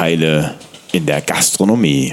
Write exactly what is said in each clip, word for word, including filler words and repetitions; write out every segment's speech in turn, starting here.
Vorurteile in der Gastronomie.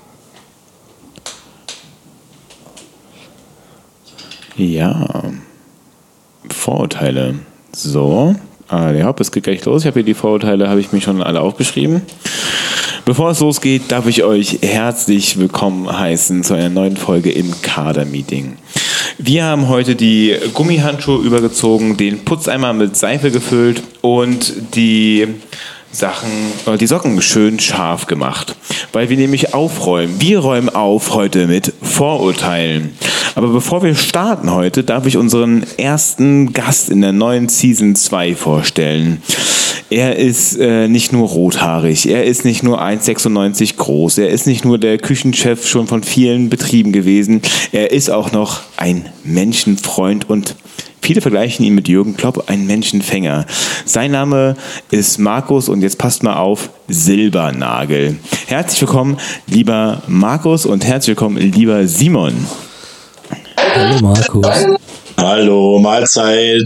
Ja, Vorurteile. So, ah, ja, es geht gleich los. Ich habe hier die Vorurteile, habe ich mir schon alle aufgeschrieben. Bevor es losgeht, darf ich euch herzlich willkommen heißen zu einer neuen Folge im Kader-Meeting. Wir haben heute die Gummihandschuhe übergezogen, den Putzeimer mit Seife gefüllt und die Sachen, die Socken schön scharf gemacht, weil wir nämlich aufräumen. Wir räumen auf heute mit Vorurteilen. Aber bevor wir starten heute, darf ich unseren ersten Gast in der neuen Season zwei vorstellen. Er ist äh, nicht nur rothaarig, er ist nicht nur eins Komma sechsundneunzig groß, er ist nicht nur der Küchenchef schon von vielen Betrieben gewesen, er ist auch noch ein Menschenfreund und viele vergleichen ihn mit Jürgen Klopp, ein Menschenfänger. Sein Name ist Markus und jetzt passt mal auf, Silbernagel. Herzlich willkommen, lieber Markus, und herzlich willkommen, lieber Simon. Hallo Markus. Hallo, Mahlzeit.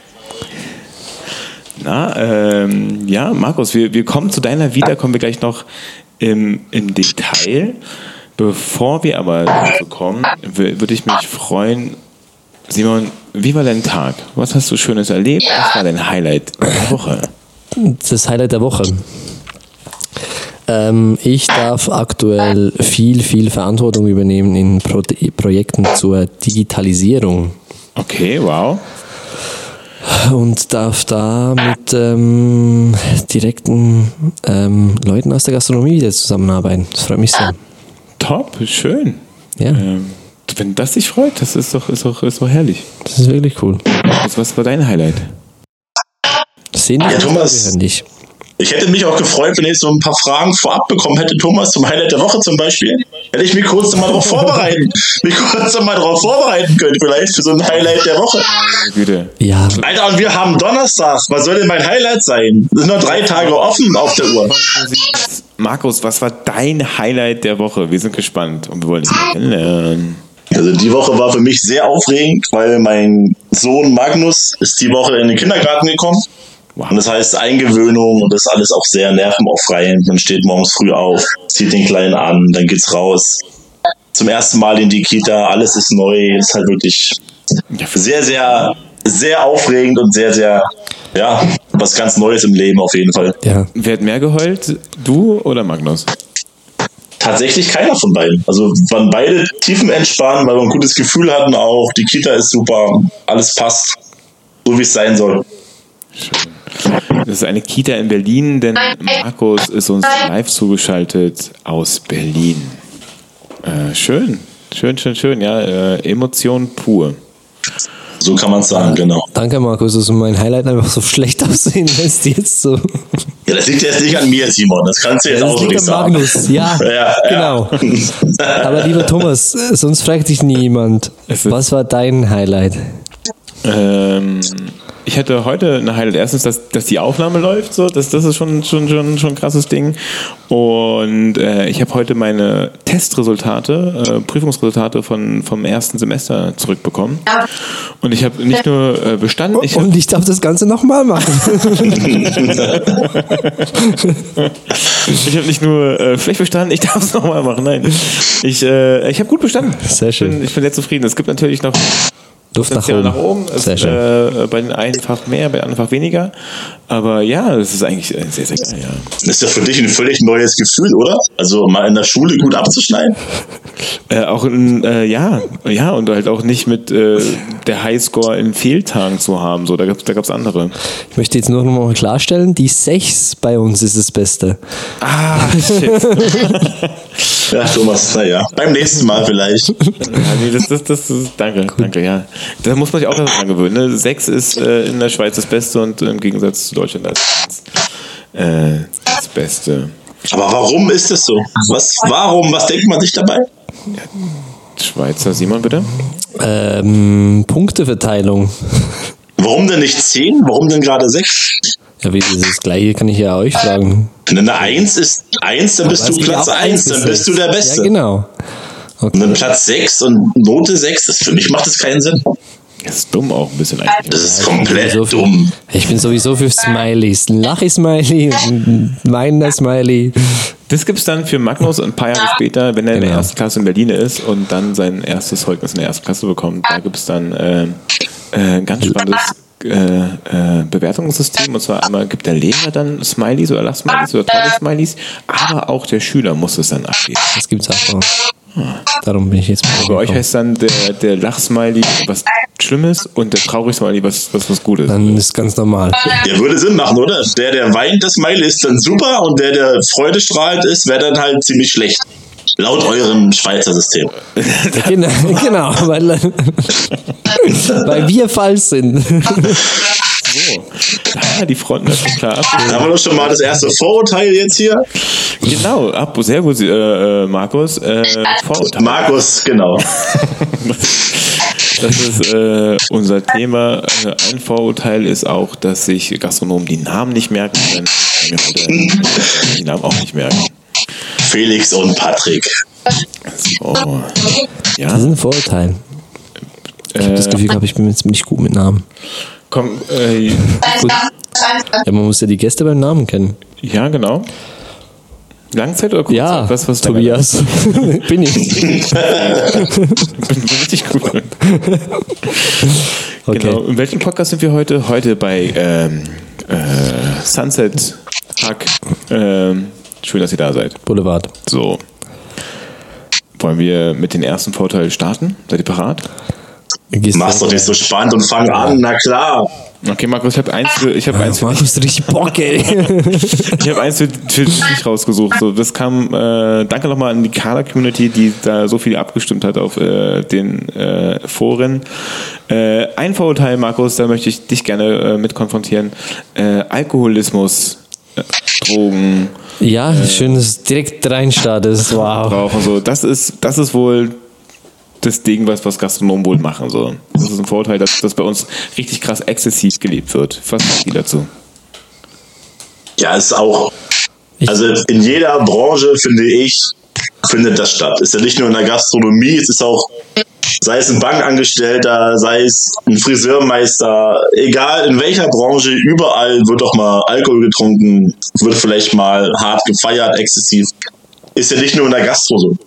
Na, ähm, ja, Markus, wir, wir kommen zu deiner Vita, kommen wir gleich noch im, im Detail. Bevor wir aber dazu kommen, würde ich mich freuen, Simon, wie war dein Tag? Was hast du Schönes erlebt? Was war dein Highlight der Woche? Das Highlight der Woche. Ähm, ich darf aktuell viel, viel Verantwortung übernehmen in Pro- Projekten zur Digitalisierung. Okay, wow. Und darf da mit ähm, direkten ähm, Leuten aus der Gastronomie wieder zusammenarbeiten. Das freut mich sehr. Top, schön. Ja. Ähm, wenn das dich freut, das ist doch, ist doch, ist doch herrlich. Das ist wirklich cool. Was, was war dein Highlight? Das sehen die Ja, Thomas. nicht. Ich hätte mich auch gefreut, wenn ich so ein paar Fragen vorab bekommen hätte, Thomas, zum Highlight der Woche zum Beispiel. Hätte ich mich kurz mal darauf vorbereiten, mich kurz mal darauf vorbereiten können, vielleicht für so ein Highlight der Woche. Güte. Ja. Alter, und wir haben Donnerstag. Was soll denn mein Highlight sein? Es sind noch drei Tage offen auf der Uhr. Markus, was war dein Highlight der Woche? Wir sind gespannt und wir wollen dich kennenlernen. Also die Woche war für mich sehr aufregend, weil mein Sohn Magnus ist die Woche in den Kindergarten gekommen. Wow. Und das heißt Eingewöhnung und das ist alles auch sehr nervenaufreibend. Man steht morgens früh auf, zieht den Kleinen an, dann geht's raus. Zum ersten Mal in die Kita, alles ist neu, ist halt wirklich sehr, sehr, sehr aufregend und sehr, sehr, ja, was ganz Neues im Leben auf jeden Fall. Ja. Wer hat mehr geheult? Du oder Magnus? Tatsächlich keiner von beiden. Also waren beide tiefenentspannt, weil wir ein gutes Gefühl hatten auch. Die Kita ist super, alles passt, so wie es sein soll. Schön. Das ist eine Kita in Berlin, denn Markus ist uns live zugeschaltet aus Berlin. Äh, schön, schön, schön, schön, ja, äh, Emotion pur. So kann man es sagen, genau. Danke Markus, dass du mein Highlight einfach so schlecht aussehen lässt jetzt so. Ja, das liegt jetzt nicht an mir, Simon, das kannst du jetzt Ja, auch so nicht sagen. Magnus, ja, ja genau. Ja. Aber lieber Thomas, sonst fragt dich nie jemand, was war dein Highlight? Ähm, ich hatte heute eine Highlight. Erstens, dass, dass die Aufnahme läuft, so, das, das ist schon, schon, schon, schon ein krasses Ding. Und äh, ich habe heute meine Testresultate, äh, Prüfungsresultate von, vom ersten Semester zurückbekommen. Und ich habe nicht nur äh, bestanden, ich Und ich darf das Ganze nochmal machen. Ich habe nicht nur äh, schlecht bestanden, ich darf es nochmal machen. Nein, ich, äh, ich habe gut bestanden. Sehr schön. Ich bin, ich bin sehr zufrieden. Es gibt natürlich noch Luft nach Potenzial oben. nach oben. Es, Sehr schön. äh, bei den einen Fach mehr, bei den anderen Fach weniger. Aber ja, das ist eigentlich äh, sehr, sehr geil. Ja. Das ist ja für dich ein völlig neues Gefühl, oder? Also mal in der Schule gut abzuschneiden? Äh, auch in, äh, ja, ja, und halt auch nicht mit äh, der Highscore in Fehltagen zu haben. So, da gab es da gab's andere. Ich möchte jetzt nur noch mal klarstellen, die sechs bei uns ist das Beste. Ah, shit. Ja, Thomas, naja, beim nächsten Mal vielleicht. Ja, nee, das, das, das, das, danke, danke, ja. Da muss man sich auch dran gewöhnen. Ne? Sechs ist äh, in der Schweiz das Beste und im Gegensatz zu Deutschland das, äh, das Beste. Aber warum ist das so? Was, warum? Was denkt man sich dabei? Ja, Schweizer, Simon, bitte. Ähm, Punkteverteilung. Warum denn nicht zehn? Warum denn gerade sechs? Ja, wie das Gleiche kann ich ja euch fragen. Wenn eine eins ist eins, dann bist Aber du es geht Platz ab eins, bis dann bist du der Beste. Ja, genau. Okay. Und dann Platz sechs und Note sechs, das, für mich macht das keinen Sinn. Das ist dumm auch ein bisschen eigentlich. Das ist komplett so für, dumm. Ich bin sowieso für Smileys. Ein Lachi-Smiley, ein weinender Smiley. Das gibt es dann für Magnus ein paar Jahre später, wenn er in der Genau. ersten Klasse in Berlin ist und dann sein erstes Zeugnis in der ersten Klasse bekommt. Da gibt es dann äh, äh, ganz spannendes äh, äh, Bewertungssystem. Und zwar einmal gibt der Lehrer dann Smileys oder Lachsmileys oder tolle Smileys, aber auch der Schüler muss es dann abgeben. Das gibt's auch. Darum bin ich jetzt mal Bei euch gekommen. heißt dann der, der Lachsmiley was Schlimmes und der Traurig-Smiley was, was, was Gutes. Dann ist ganz normal. Der würde Sinn machen, oder? Der, der weint, das Smiley ist dann super und der, der Freude strahlt ist, wäre dann halt ziemlich schlecht. Laut eurem Schweizer System. Genau, genau weil, weil wir falsch sind. So, ah, die Fronten ist schon klar ab. Da haben wir doch schon mal das erste Vorurteil jetzt hier. Genau, ab, sehr gut, äh, äh, Markus. Äh, Vorurteil. Markus, genau. Das ist äh, unser Thema. Äh, ein Vorurteil ist auch, dass sich Gastronomen die Namen nicht merken können. Die Namen auch nicht merken. Felix und Patrick. So. Ja. Das ist ein Vorurteil. Ich habe das Gefühl, gehabt, ich bin jetzt ziemlich gut mit Namen. Komm, äh, Gut. Ja, man muss ja die Gäste beim Namen kennen. ja, genau. Langzeit oder Kurzzeit? Ja, was, was Tobias. Bin ich. bin, bin richtig gut. Okay. Genau. In welchem Podcast sind wir heute? Heute bei ähm, äh, Sunset Hack. Ähm, schön, dass ihr da seid. Boulevard. So. Wollen wir mit den ersten Vorteilen starten? Seid ihr parat? Gehst Mach's doch nicht so spannend und fang an, na klar. Okay, Markus, ich habe eins für, ich habe eins für dich, Markus, richtig Bock, ey. ich habe eins für, für dich rausgesucht. So, das kam, äh, danke nochmal an die Kader-Community, die da so viel abgestimmt hat auf äh, den äh, Foren. Äh, ein Vorurteil, Markus, da möchte ich dich gerne äh, mit konfrontieren. Äh, Alkoholismus, äh, Drogen, Ja, schön, dass du direkt reinstartest. Wow. Rauchen, so. Das ist, das ist wohl das Ding, was, was Gastronomen wohl machen. So. Das ist ein Vorteil, dass das bei uns richtig krass exzessiv gelebt wird. Was sagt ihr dazu? Ja, ist auch, also in jeder Branche, finde ich, findet das statt. Ist ja nicht nur in der Gastronomie, es ist auch, sei es ein Bankangestellter, sei es ein Friseurmeister, egal in welcher Branche, überall wird doch mal Alkohol getrunken, wird vielleicht mal hart gefeiert, exzessiv. Ist ja nicht nur in der Gastro so.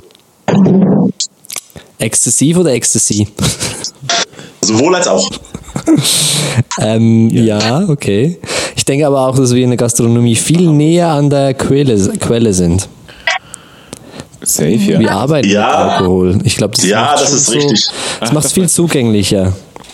Exzessiv oder Ecstasy? Sowohl als auch. Ähm, ja. ja, okay. Ich denke aber auch, dass wir in der Gastronomie viel näher an der Quelle, Quelle sind. Safe, ja. Wir arbeiten Ja. mit Alkohol. Ich glaube, das Ja, macht das schon ist so, richtig. Das macht es viel zugänglicher.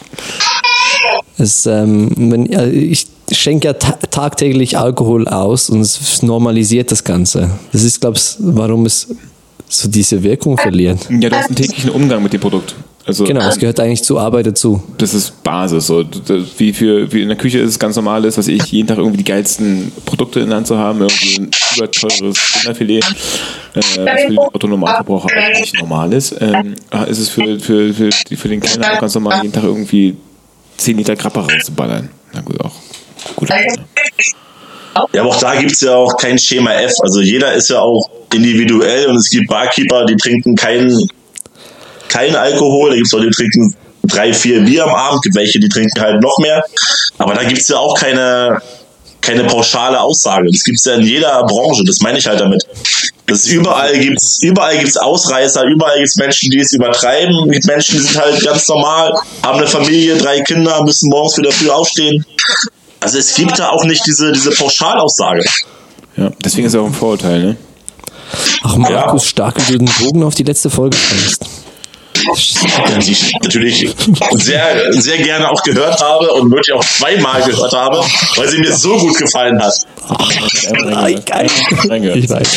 Es, ähm, wenn, ja, ich schenke ja ta- tagtäglich Alkohol aus und es normalisiert das Ganze. Das ist, glaube ich, warum es so diese Wirkung verliert. Ja, du hast einen täglichen Umgang mit dem Produkt. Also, Genau, es gehört eigentlich zur Arbeit dazu. das ist Basis. So. Das, wie, für, wie in der Küche ist es ganz normal ist, was ich, jeden Tag irgendwie die geilsten Produkte in der Hand zu haben, irgendwie ein überteures Rinderfilet, äh, was für den Autonomalverbraucher auch nicht normal ist, ähm, ist es für, für, für, die- für den Kellner auch ganz normal, jeden Tag irgendwie zehn Liter Grappa rauszuballern. Na gut, auch gut. Ja, aber auch da gibt's ja auch kein Schema F. Also jeder ist ja auch individuell und es gibt Barkeeper, die trinken keinen keinen Alkohol. Da gibt's auch die trinken drei, vier Bier am Abend, gibt welche, die trinken halt noch mehr. Aber da gibt's ja auch keine, keine pauschale Aussage. Das gibt's ja in jeder Branche, das meine ich halt damit. Das überall gibt's, überall gibt's Ausreißer, überall gibt's Menschen, die es übertreiben. Es gibt Menschen, die sind halt ganz normal, haben eine Familie, drei Kinder, müssen morgens wieder früh aufstehen. Also es gibt da auch nicht diese, diese Pauschalaussage. Ja, deswegen ist es auch ein Vorurteil, ne? Ach, Markus, stark, wie du den Bogen auf die letzte Folge spannst. Die ich natürlich sehr, sehr gerne auch gehört habe und wirklich auch zweimal gehört habe, weil sie mir so gut gefallen hat. Ay, geil. Reingehört. Ich weiß.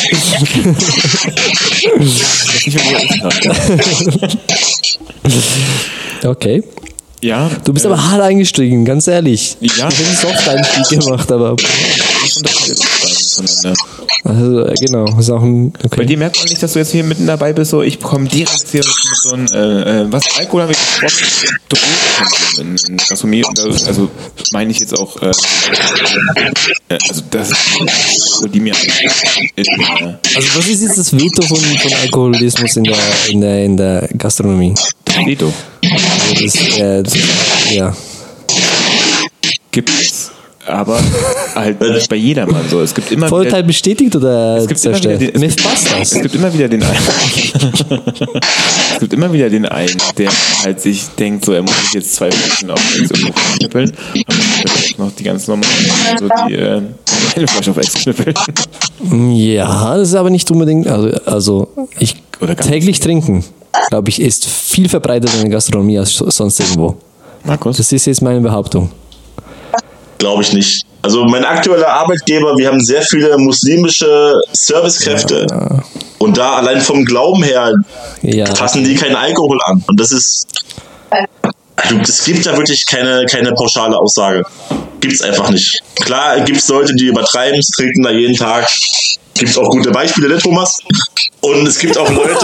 Nicht, wo er ist. Okay. Ja, Du bist äh, aber hart eingestiegen, ganz ehrlich. Ja. Ich hätte einen Soft-Einstieg gemacht, aber das unterscheidet uns voneinander. Also, äh, genau, ist auch ein, okay. Bei dir merkt man nicht, dass du jetzt hier mitten dabei bist, so, ich komme direkt hier mit so einem, äh, äh, was, Alkohol haben wir gesprochen, Drogenkonsum in, in Gastronomie, also meine ich jetzt auch, äh, äh, also das ist, die mir äh, Also was ist jetzt das Veto von, von Alkoholismus in der, in der, in der Gastronomie? das Veto. Also das, äh, das, ja. Gibt es. Aber halt bei jedermann so. Es gibt immer Vorurteil wieder, bestätigt oder es gibt immer wieder den, es, gibt, Mythbusters? es gibt immer wieder den einen. Es gibt immer wieder den einen, der halt sich denkt, so er muss sich jetzt zwei Flaschen auf Ex irgendwo knüppeln, aber noch die ganz normalen, so die äh, eine Flasche auf Ex knüppeln. Ja, das ist aber nicht unbedingt, also, also ich Oder gar täglich trinken, glaube ich, ist viel verbreiteter in der Gastronomie als sonst irgendwo. Markus? Das ist jetzt meine Behauptung. Glaube ich nicht. Also mein aktueller Arbeitgeber, wir haben sehr viele muslimische Servicekräfte. Ja. Und da allein vom Glauben her Ja. fassen die keinen Alkohol an. Und das ist... Also es gibt da wirklich keine, keine pauschale Aussage. Gibt's einfach nicht. Klar gibt's Leute, die übertreiben, trinken da jeden Tag. Gibt's auch gute Beispiele, ne, Thomas? Und es gibt auch Leute...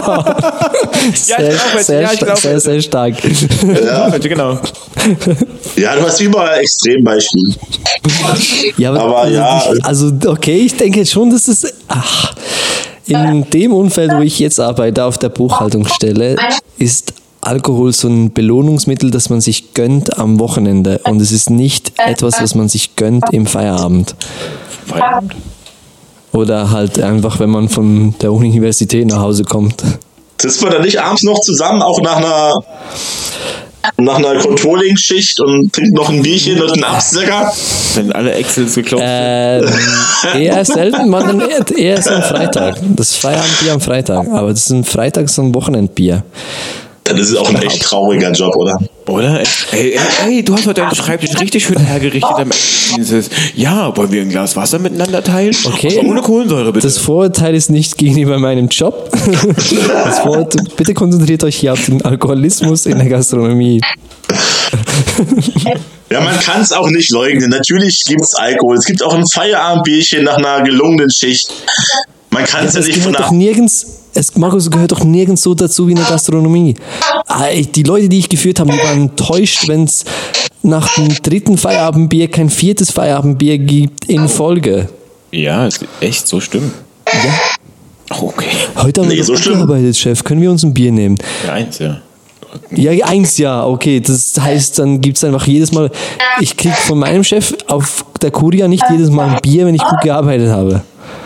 Sehr, ich sehr, ja, ich sta- sehr, sehr stark. Ja, genau. ja, du hast überall Extrembeispiele. Ja, aber, Aber also, ja. ich, also okay, ich denke schon, dass es ach, in dem Umfeld, wo ich jetzt arbeite, auf der Buchhaltungsstelle, ist Alkohol so ein Belohnungsmittel, das man sich gönnt am Wochenende. Und es ist nicht etwas, was man sich gönnt im Feierabend. Feierabend. Oder halt einfach, wenn man von der Universität nach Hause kommt. Sitzt man da nicht abends noch zusammen, auch nach einer nach einer Controlling-Schicht und trinkt noch ein Bierchen und einen Absacker? Wenn alle Excels geklopft Ähm, eher selten, man dann eher, eher so am Freitag. Das Feierabendbier am Freitag. Aber das ist ein Freitag so ein Wochenendbier. Das ist auch ein echt trauriger Job, oder? Oder? Ey, ey, ey, du hast heute deinen Schreibtisch richtig schön hergerichtet am Ende des Dienstes. Ja, wollen wir ein Glas Wasser miteinander teilen? Okay. Aber ohne Kohlensäure, bitte. Das Vorurteil ist nicht gegenüber meinem Job. Das Vorurteil, bitte konzentriert euch hier auf den Alkoholismus in der Gastronomie. Ja, man kann es auch nicht leugnen. Natürlich gibt es Alkohol. Es gibt auch ein Feierabendbierchen nach einer gelungenen Schicht. Man kann es ja, Es nicht von gehört doch ab. nirgends, es, Markus, gehört doch nirgends so dazu wie in der Gastronomie. Ah, Die Leute, die ich geführt habe, die waren enttäuscht, wenn es nach dem dritten Feierabendbier kein viertes Feierabendbier gibt in Folge. Ja, ist echt so schlimm. Ja. Okay. Heute haben Nee, wir so doch schlimm. gearbeitet, Chef. Können wir uns ein Bier nehmen? Ja, eins, ja. Ja, eins ja, okay. Das heißt, dann gibt es einfach jedes Mal, ich krieg von meinem Chef auf der Kuria nicht jedes Mal ein Bier, wenn ich gut gearbeitet habe.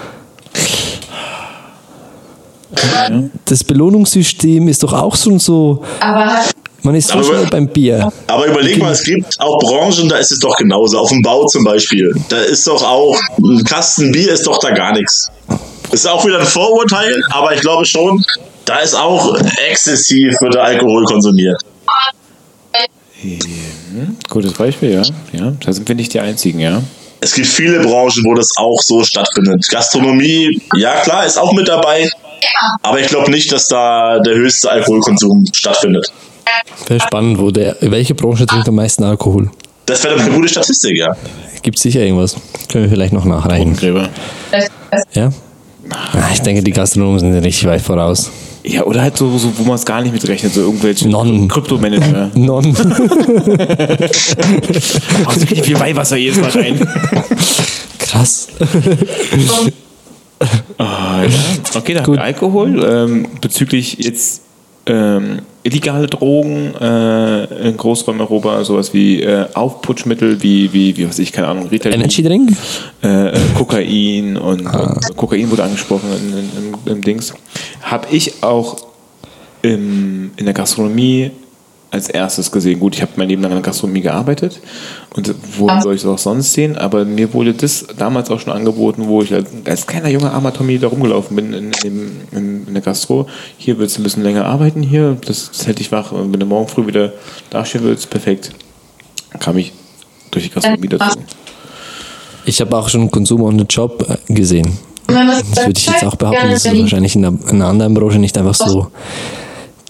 Das Belohnungssystem ist doch auch schon so, man ist so Aber- schnell beim Bier. Aber überleg mal, es gibt auch Branchen, da ist es doch genauso. Auf dem Bau zum Beispiel. Da ist doch auch, ein Kasten Bier ist doch da gar nichts. Ist auch wieder ein Vorurteil, aber ich glaube schon, da ist auch exzessiv wird der Alkohol konsumiert. Gutes Beispiel, ja. Ja, da sind wir nicht die Einzigen, ja. Es gibt viele Branchen, wo das auch so stattfindet. Gastronomie, ja klar, ist auch mit dabei. Aber ich glaube nicht, dass da der höchste Alkoholkonsum stattfindet. Wäre spannend, wo der, welche Branche trinkt am meisten Alkohol? Das wäre doch eine gute Statistik, ja. Gibt sicher irgendwas. Können wir vielleicht noch nachreichen. Gräber. Ja? Ah, ich denke, die Gastronomen sind richtig weit voraus. Ja, oder halt so, so wo man es gar nicht mitrechnet, so irgendwelche Nonnen. Kryptomanager. Non. Hauen sie richtig viel Weihwasser jedes Mal rein. Krass. Ah, ja. Okay, dann Gut. Alkohol. Ähm, bezüglich jetzt ähm, illegale Drogen äh, in Großräumeuropa, sowas wie äh, Aufputschmittel, wie, wie, wie was ich, keine Ahnung, Ritalin, Energy Drink? äh, äh, Kokain und, und Kokain wurde angesprochen in, in, im, im Dings. Habe ich auch im, in der Gastronomie als erstes gesehen. Gut, ich habe mein Leben lang in der Gastronomie gearbeitet und wo soll ich es auch sonst sehen, aber mir wurde das damals auch schon angeboten, wo ich als, als kleiner junger armer Tommy da rumgelaufen bin in, in, dem, in, in der Gastro. Hier willst du ein bisschen länger arbeiten, hier, das, das hält dich wach und wenn du morgen früh wieder dastehen willst, perfekt. Dann kam ich durch die Gastronomie dazu. Ich habe auch schon Konsum on the Job äh, gesehen. Das würde ich jetzt auch behaupten, dass es wahrscheinlich in einer, in einer anderen Branche nicht einfach so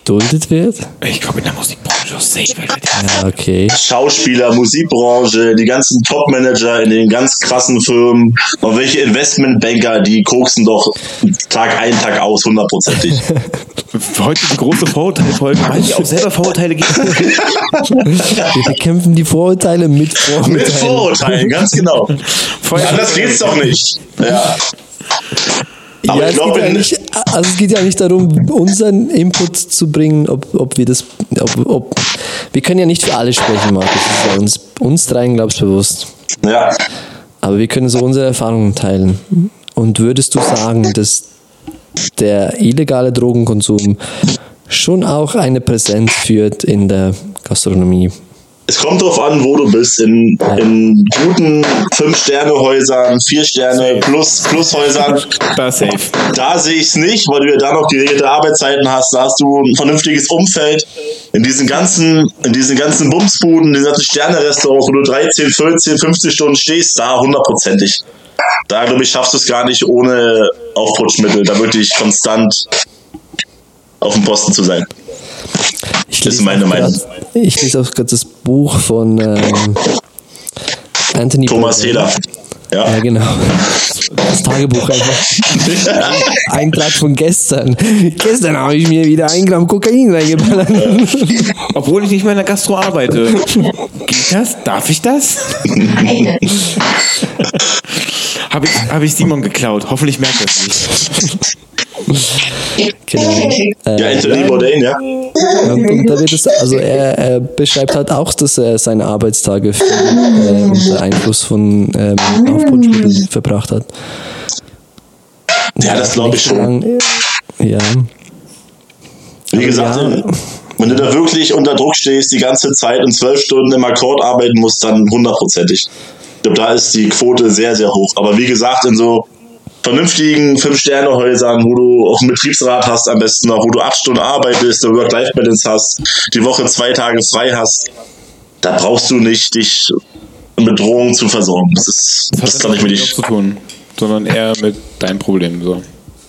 geduldet wird? Ich glaube, in der Musikbranche safe. Ja, okay. Schauspieler, Musikbranche, die ganzen Top-Manager in den ganz krassen Firmen und welche Investmentbanker, die koksen doch Tag ein, Tag aus, hundertprozentig. Heute die große Vorurteilfolge, weil ich auch selber Vorurteile gebe. Wir bekämpfen die Vorurteile mit Vorurteilen. Mit Vorurteilen, ganz genau. Anders geht's doch nicht. Ja. Aber ja, ich es, glaube, geht ja nicht, also es geht ja nicht darum, unseren Input zu bringen, ob, ob wir das, ob, ob, wir können ja nicht für alle sprechen, Markus, das ist ja uns, uns dreien, glaube ich, bewusst. Ja. Aber wir können so unsere Erfahrungen teilen. Und würdest du sagen, dass der illegale Drogenkonsum schon auch eine Präsenz führt in der Gastronomie? Es kommt drauf an, wo du bist. In, in guten Fünf-Sterne-Häusern, Vier-Sterne-Plus-Häusern. Da safe. Da sehe ich es nicht, weil du ja da noch geregelte Arbeitszeiten hast. Da hast du ein vernünftiges Umfeld. In diesen ganzen, in diesen ganzen Bumsbuden, in diesen ganzen Sterne-Restaurants, wo du dreizehn, vierzehn, fünfzig Stunden stehst, da hundertprozentig. Da, glaube ich, schaffst du es gar nicht ohne Aufputschmittel, da wirklich konstant auf dem Posten zu sein. Ich das ist meine Meinung. Grad, ich lese auch gerade das Buch von ähm, Anthony Thomas Heder. Ja. ja, genau. Das Tagebuch einfach. Eintrag von gestern. Gestern habe ich mir wieder ein Gramm Kokain reingeballert. Obwohl ich nicht mehr in der Gastro arbeite. Geht das? Darf ich das? Habe ich, hab ich Simon geklaut. Hoffentlich merkt er es nicht. Genau. Ja, Äh, Anthony Bourdain, ja. Und, und da wird es, also er, er beschreibt halt auch, dass er seine Arbeitstage viel, äh, unter Einfluss von ähm, Aufputschmitteln verbracht hat. Ja, das glaube ich schon. Lang, ja. Wie gesagt, ja. wenn du da wirklich unter Druck stehst, die ganze Zeit und zwölf Stunden im Akkord arbeiten musst, dann hundertprozentig. Ich glaube, da ist die Quote sehr, sehr hoch. Aber wie gesagt, in so vernünftigen Fünf-Sterne-Häusern, wo du auch einen Betriebsrat hast, am besten noch, wo du acht Stunden arbeitest, eine Work-Life-Balance hast, die Woche zwei Tage frei hast, da brauchst du nicht dich mit Drohungen zu versorgen. Das ist, das, das das kann ich mit dich zu tun, sondern eher mit deinem Problem. So.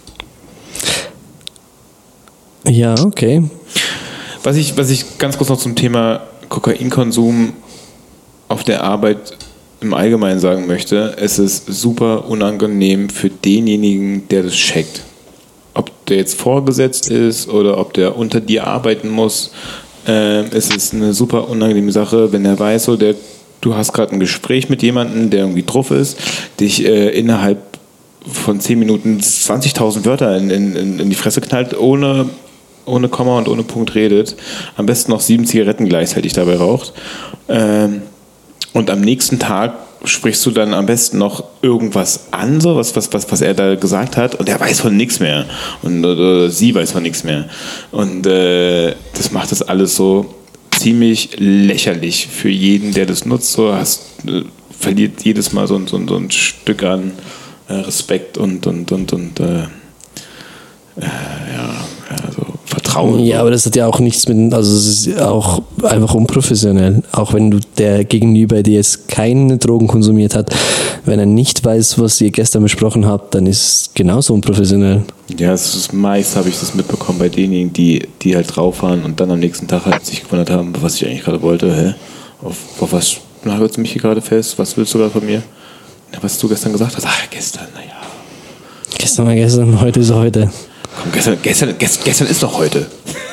Ja, okay. Was ich, was ich ganz kurz noch zum Thema Kokainkonsum auf der Arbeit im Allgemeinen sagen möchte, es ist super unangenehm für denjenigen, der das checkt. Ob der jetzt vorgesetzt ist oder ob der unter dir arbeiten muss, äh, es ist eine super unangenehme Sache, wenn er weiß, so der, du hast gerade ein Gespräch mit jemandem, der irgendwie drauf ist, dich äh, innerhalb von zehn Minuten zwanzigtausend Wörter in, in, in die Fresse knallt, ohne, ohne Komma und ohne Punkt redet, am besten noch sieben Zigaretten gleichzeitig dabei raucht. Ähm, Und am nächsten Tag sprichst du dann am besten noch irgendwas an, so was, was, was, was er da gesagt hat, und er weiß von nichts mehr. Und oder sie weiß von nichts mehr. Und äh, das macht das alles so ziemlich lächerlich für jeden, der das nutzt. So hast, äh, verliert jedes Mal so, so, so ein Stück an äh, Respekt und, und, und, und äh, äh, ja, also Vertrauen. Ja, aber das hat ja auch nichts mit, also es ist auch einfach unprofessionell. Auch wenn du der Gegenüber, der jetzt keine Drogen konsumiert hat, wenn er nicht weiß, was ihr gestern besprochen habt, dann ist es genauso unprofessionell. Ja, es ist meist habe ich das mitbekommen bei denjenigen, die, die halt drauf waren und dann am nächsten Tag halt sich gewundert haben, was ich eigentlich gerade wollte. Hä? Auf, auf was nagelst du mich hier gerade fest? Was willst du gerade von mir? Ja, was du gestern gesagt hast? Ach, gestern, naja. Gestern war gestern, heute ist heute. Komm, gestern, gestern, gestern, gestern ist doch heute.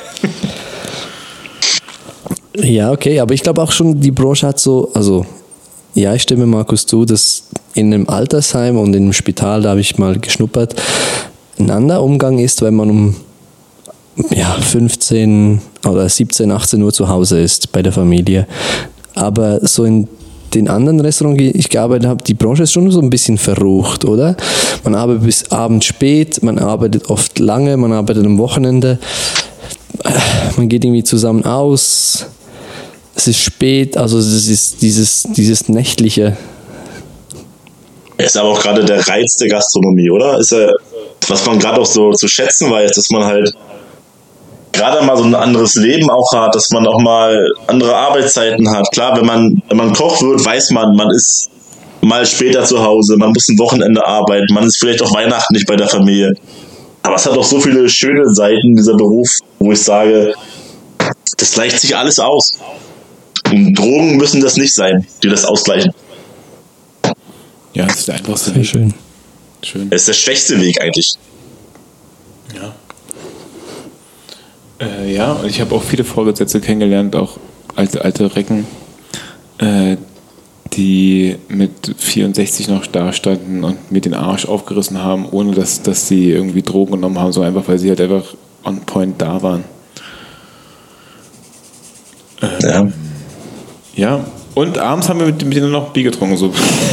Ja, okay, aber ich glaube auch schon, die Branche hat so, also ja, ich stimme Markus zu, dass in einem Altersheim und im Spital, da habe ich mal geschnuppert, ein anderer Umgang ist, wenn man um ja, fünfzehn oder siebzehn, achtzehn Uhr zu Hause ist bei der Familie. Aber so in den anderen Restaurants, die ich gearbeitet habe, die Branche ist schon so ein bisschen verrucht, oder? Man arbeitet bis abends spät, man arbeitet oft lange, man arbeitet am Wochenende, man geht irgendwie zusammen aus, es ist spät, also es ist dieses, dieses nächtliche. Ist aber auch gerade der Reiz der Gastronomie, oder? Ist ja, was man gerade auch so zu schätzen weiß, dass man halt gerade mal so ein anderes Leben auch hat, dass man auch mal andere Arbeitszeiten hat. Klar, wenn man, wenn man Koch wird, weiß man, man ist mal später zu Hause, man muss ein Wochenende arbeiten, man ist vielleicht auch Weihnachten nicht bei der Familie. Aber es hat auch so viele schöne Seiten, dieser Beruf, wo ich sage, das gleicht sich alles aus. Und Drogen müssen das nicht sein, die das ausgleichen. Ja, das ist der einfachste Sehr Weg. schön. Schön. Das ist der schwächste Weg eigentlich. Ja. Äh, ja, und ich habe auch viele Vorgesetzte kennengelernt, auch alte, alte Recken, äh, die mit vierundsechzig noch da standen und mir den Arsch aufgerissen haben, ohne dass, dass sie irgendwie Drogen genommen haben, so einfach, weil sie halt einfach on point da waren. Ähm, Ja. Ja, und abends haben wir mit, mit denen noch Bier getrunken. So.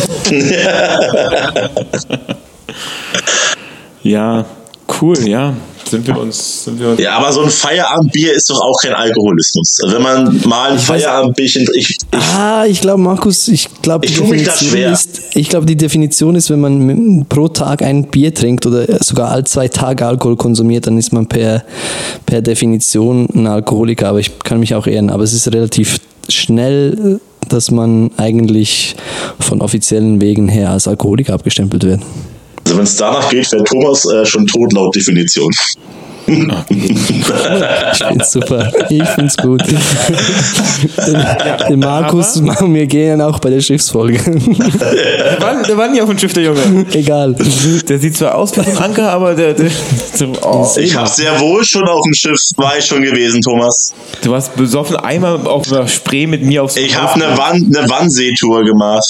Ja, cool, ja. Sind wir uns. Sind wir uns Ja, aber so ein Feierabendbier ist doch auch kein Alkoholismus. Also wenn man mal ein Feierabendbierchen. Ich, ich, Ah, ich glaube, Markus, ich glaube, die, Ich tu mich da Definition schwer. ist- ich glaube, die Definition ist, wenn man mit- pro Tag ein Bier trinkt oder sogar alle zwei Tage Alkohol konsumiert, dann ist man per, per Definition ein Alkoholiker. Aber ich kann mich auch irren. Aber es ist relativ schnell, dass man eigentlich von offiziellen Wegen her als Alkoholiker abgestempelt wird. also wenn es danach geht, wäre Thomas äh, schon tot laut Definition. Ich find's super. Ich find's gut. Den, den Markus machen wir gehen auch bei der Schiffsfolge. Der war, der war nie auf dem Schiff, der Junge. Egal. Der sieht zwar aus wie ein Anker, aber der. der so, oh. Ich habe sehr wohl schon auf dem Schiff, war ich schon gewesen, Thomas. Du warst besoffen einmal auf einer Spree mit mir aufs Ich habe eine, Wann, eine Wannseetour gemacht.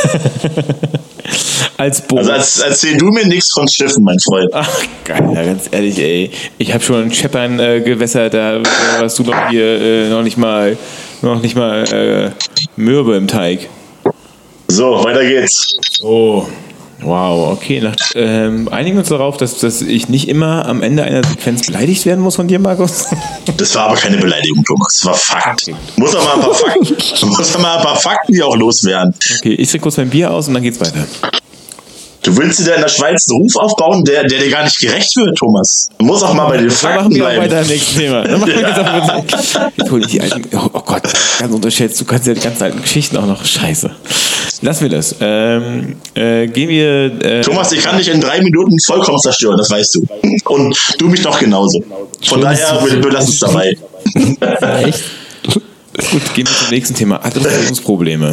als Boot. Also als, erzähl du mir nichts von Schiffen, mein Freund. Ach, geil, ja, ganz ehrlich, ey. Ich habe schon Scheppern äh, Gewässer, da, da warst du noch hier äh, noch nicht mal, noch nicht mal äh, Mürbe im Teig. So, weiter geht's. Oh, wow, okay. Nach, ähm, einigen wir uns darauf, dass, dass ich nicht immer am Ende einer Sequenz beleidigt werden muss von dir, Markus. Das war aber keine Beleidigung, Thomas. Das war Fakt. Muss doch mal ein paar Fakten, muss doch mal ein paar Fakten, die auch loswerden. Okay, ich trinke kurz mein Bier aus und dann geht's weiter. Du willst dir da in der Schweiz einen Ruf aufbauen, der, der dir gar nicht gerecht wird, Thomas. Du musst auch mal bei den Dann Fakten machen wir auch bleiben. weiter im nächsten Thema. Dann machen wir jetzt auch mit, jetzt hol ich die alten, oh, oh Gott, ganz unterschätzt. Du kannst ja die ganzen alten Geschichten auch noch. Scheiße. Lassen wir das. Ähm, äh, gehen wir. Äh, Thomas, ich kann dich in drei Minuten vollkommen zerstören, das weißt du. Und du mich doch genauso. Von daher, wir, wir lassen es dabei. Echt? Gut, gehen wir zum nächsten Thema. Aggressionsprobleme.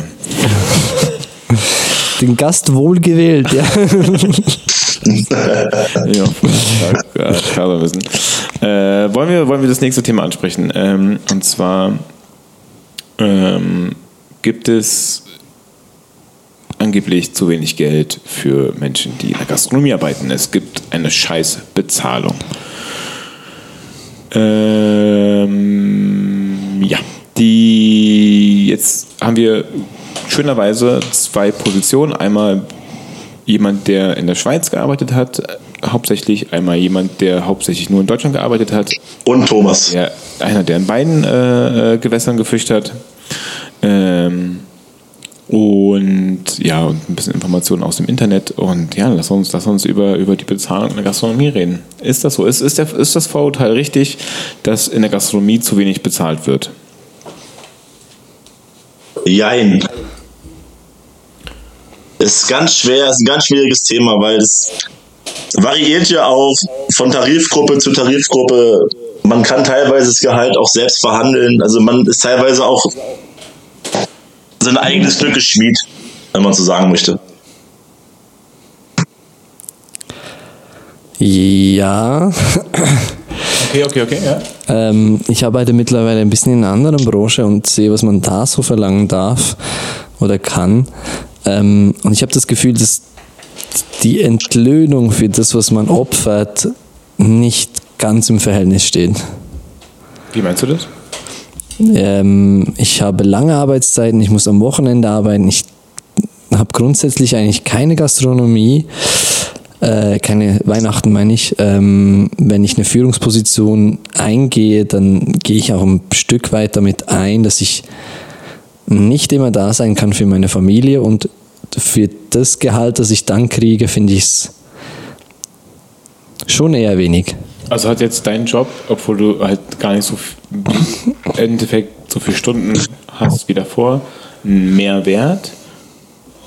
Den Gast wohl gewählt, ja. Ja, ja, klar wissen. Äh, wollen, wir, wollen wir das nächste Thema ansprechen? Ähm, und zwar ähm, gibt es angeblich zu wenig Geld für Menschen, die in der Gastronomie arbeiten. Es gibt eine scheiß Bezahlung. Ähm, ja, die jetzt haben wir schönerweise zwei Positionen. Einmal jemand, der in der Schweiz gearbeitet hat, hauptsächlich einmal jemand, der hauptsächlich nur in Deutschland gearbeitet hat. Und Thomas. Der, einer, der in beiden äh, Gewässern gefischt hat. Ähm, und ja, und ein bisschen Informationen aus dem Internet. Und ja, lass uns, lass uns über, über die Bezahlung in der Gastronomie reden. Ist das so? Ist, ist, der, ist das Vorurteil richtig, dass in der Gastronomie zu wenig bezahlt wird? Jein. Ist ganz schwer, ist ein ganz schwieriges Thema, weil es variiert ja auch von Tarifgruppe zu Tarifgruppe. Man kann teilweise das Gehalt auch selbst verhandeln. Also man ist teilweise auch sein eigenes Glück Schmied, wenn man so sagen möchte. Ja. Okay, okay, okay, ja. Ähm, ich arbeite mittlerweile ein bisschen in einer anderen Branche und sehe, was man da so verlangen darf oder kann. Ähm, und ich habe das Gefühl, dass die Entlöhnung für das, was man opfert, nicht ganz im Verhältnis steht. Wie meinst du das? Ähm, ich habe lange Arbeitszeiten, ich muss am Wochenende arbeiten, ich habe grundsätzlich eigentlich keine Gastronomie, äh, keine Weihnachten meine ich. Ähm, wenn ich eine Führungsposition eingehe, dann gehe ich auch ein Stück weit damit ein, dass ich nicht immer da sein kann für meine Familie, und für das Gehalt, das ich dann kriege, finde ich es schon eher wenig. Also hat jetzt dein Job, obwohl du halt gar nicht so viel, im Endeffekt so viele Stunden hast wie davor, mehr Wert?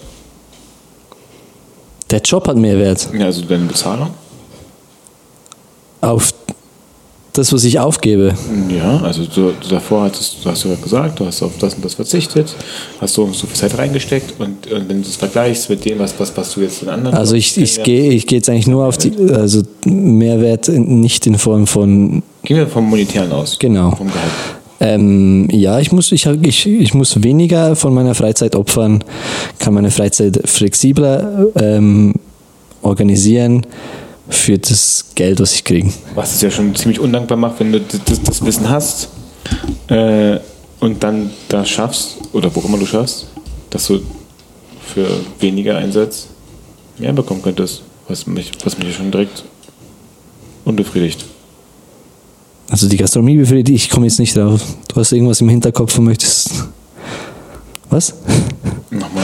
Der Job hat mehr Wert. Ja, also deine Bezahlung? auf das, was ich aufgebe. Ja, also du, du davor hattest, du hast ja gesagt, du hast auf das und das verzichtet, hast so, so viel Zeit reingesteckt und, und wenn du es vergleichst mit dem, was, was, was du jetzt in anderen... Also ich, ich gehe ich geh jetzt eigentlich nur auf die, also Mehrwert nicht in Form von... Gehen wir vom Monetären aus. Genau. Vom Gehalt. Ähm, ja, ich muss, ich, ich, ich muss weniger von meiner Freizeit opfern, kann meine Freizeit flexibler ähm, organisieren für das Geld, was ich kriege. Was es ja schon ziemlich undankbar macht, wenn du das, das Wissen hast äh, und dann das schaffst, oder wo immer du schaffst, dass du für weniger Einsatz mehr bekommen könntest, was mich, was mich schon direkt unbefriedigt. Also die Gastronomie befriedigt, ich komme jetzt nicht drauf. Du hast irgendwas im Hinterkopf und möchtest... Was? Nochmal.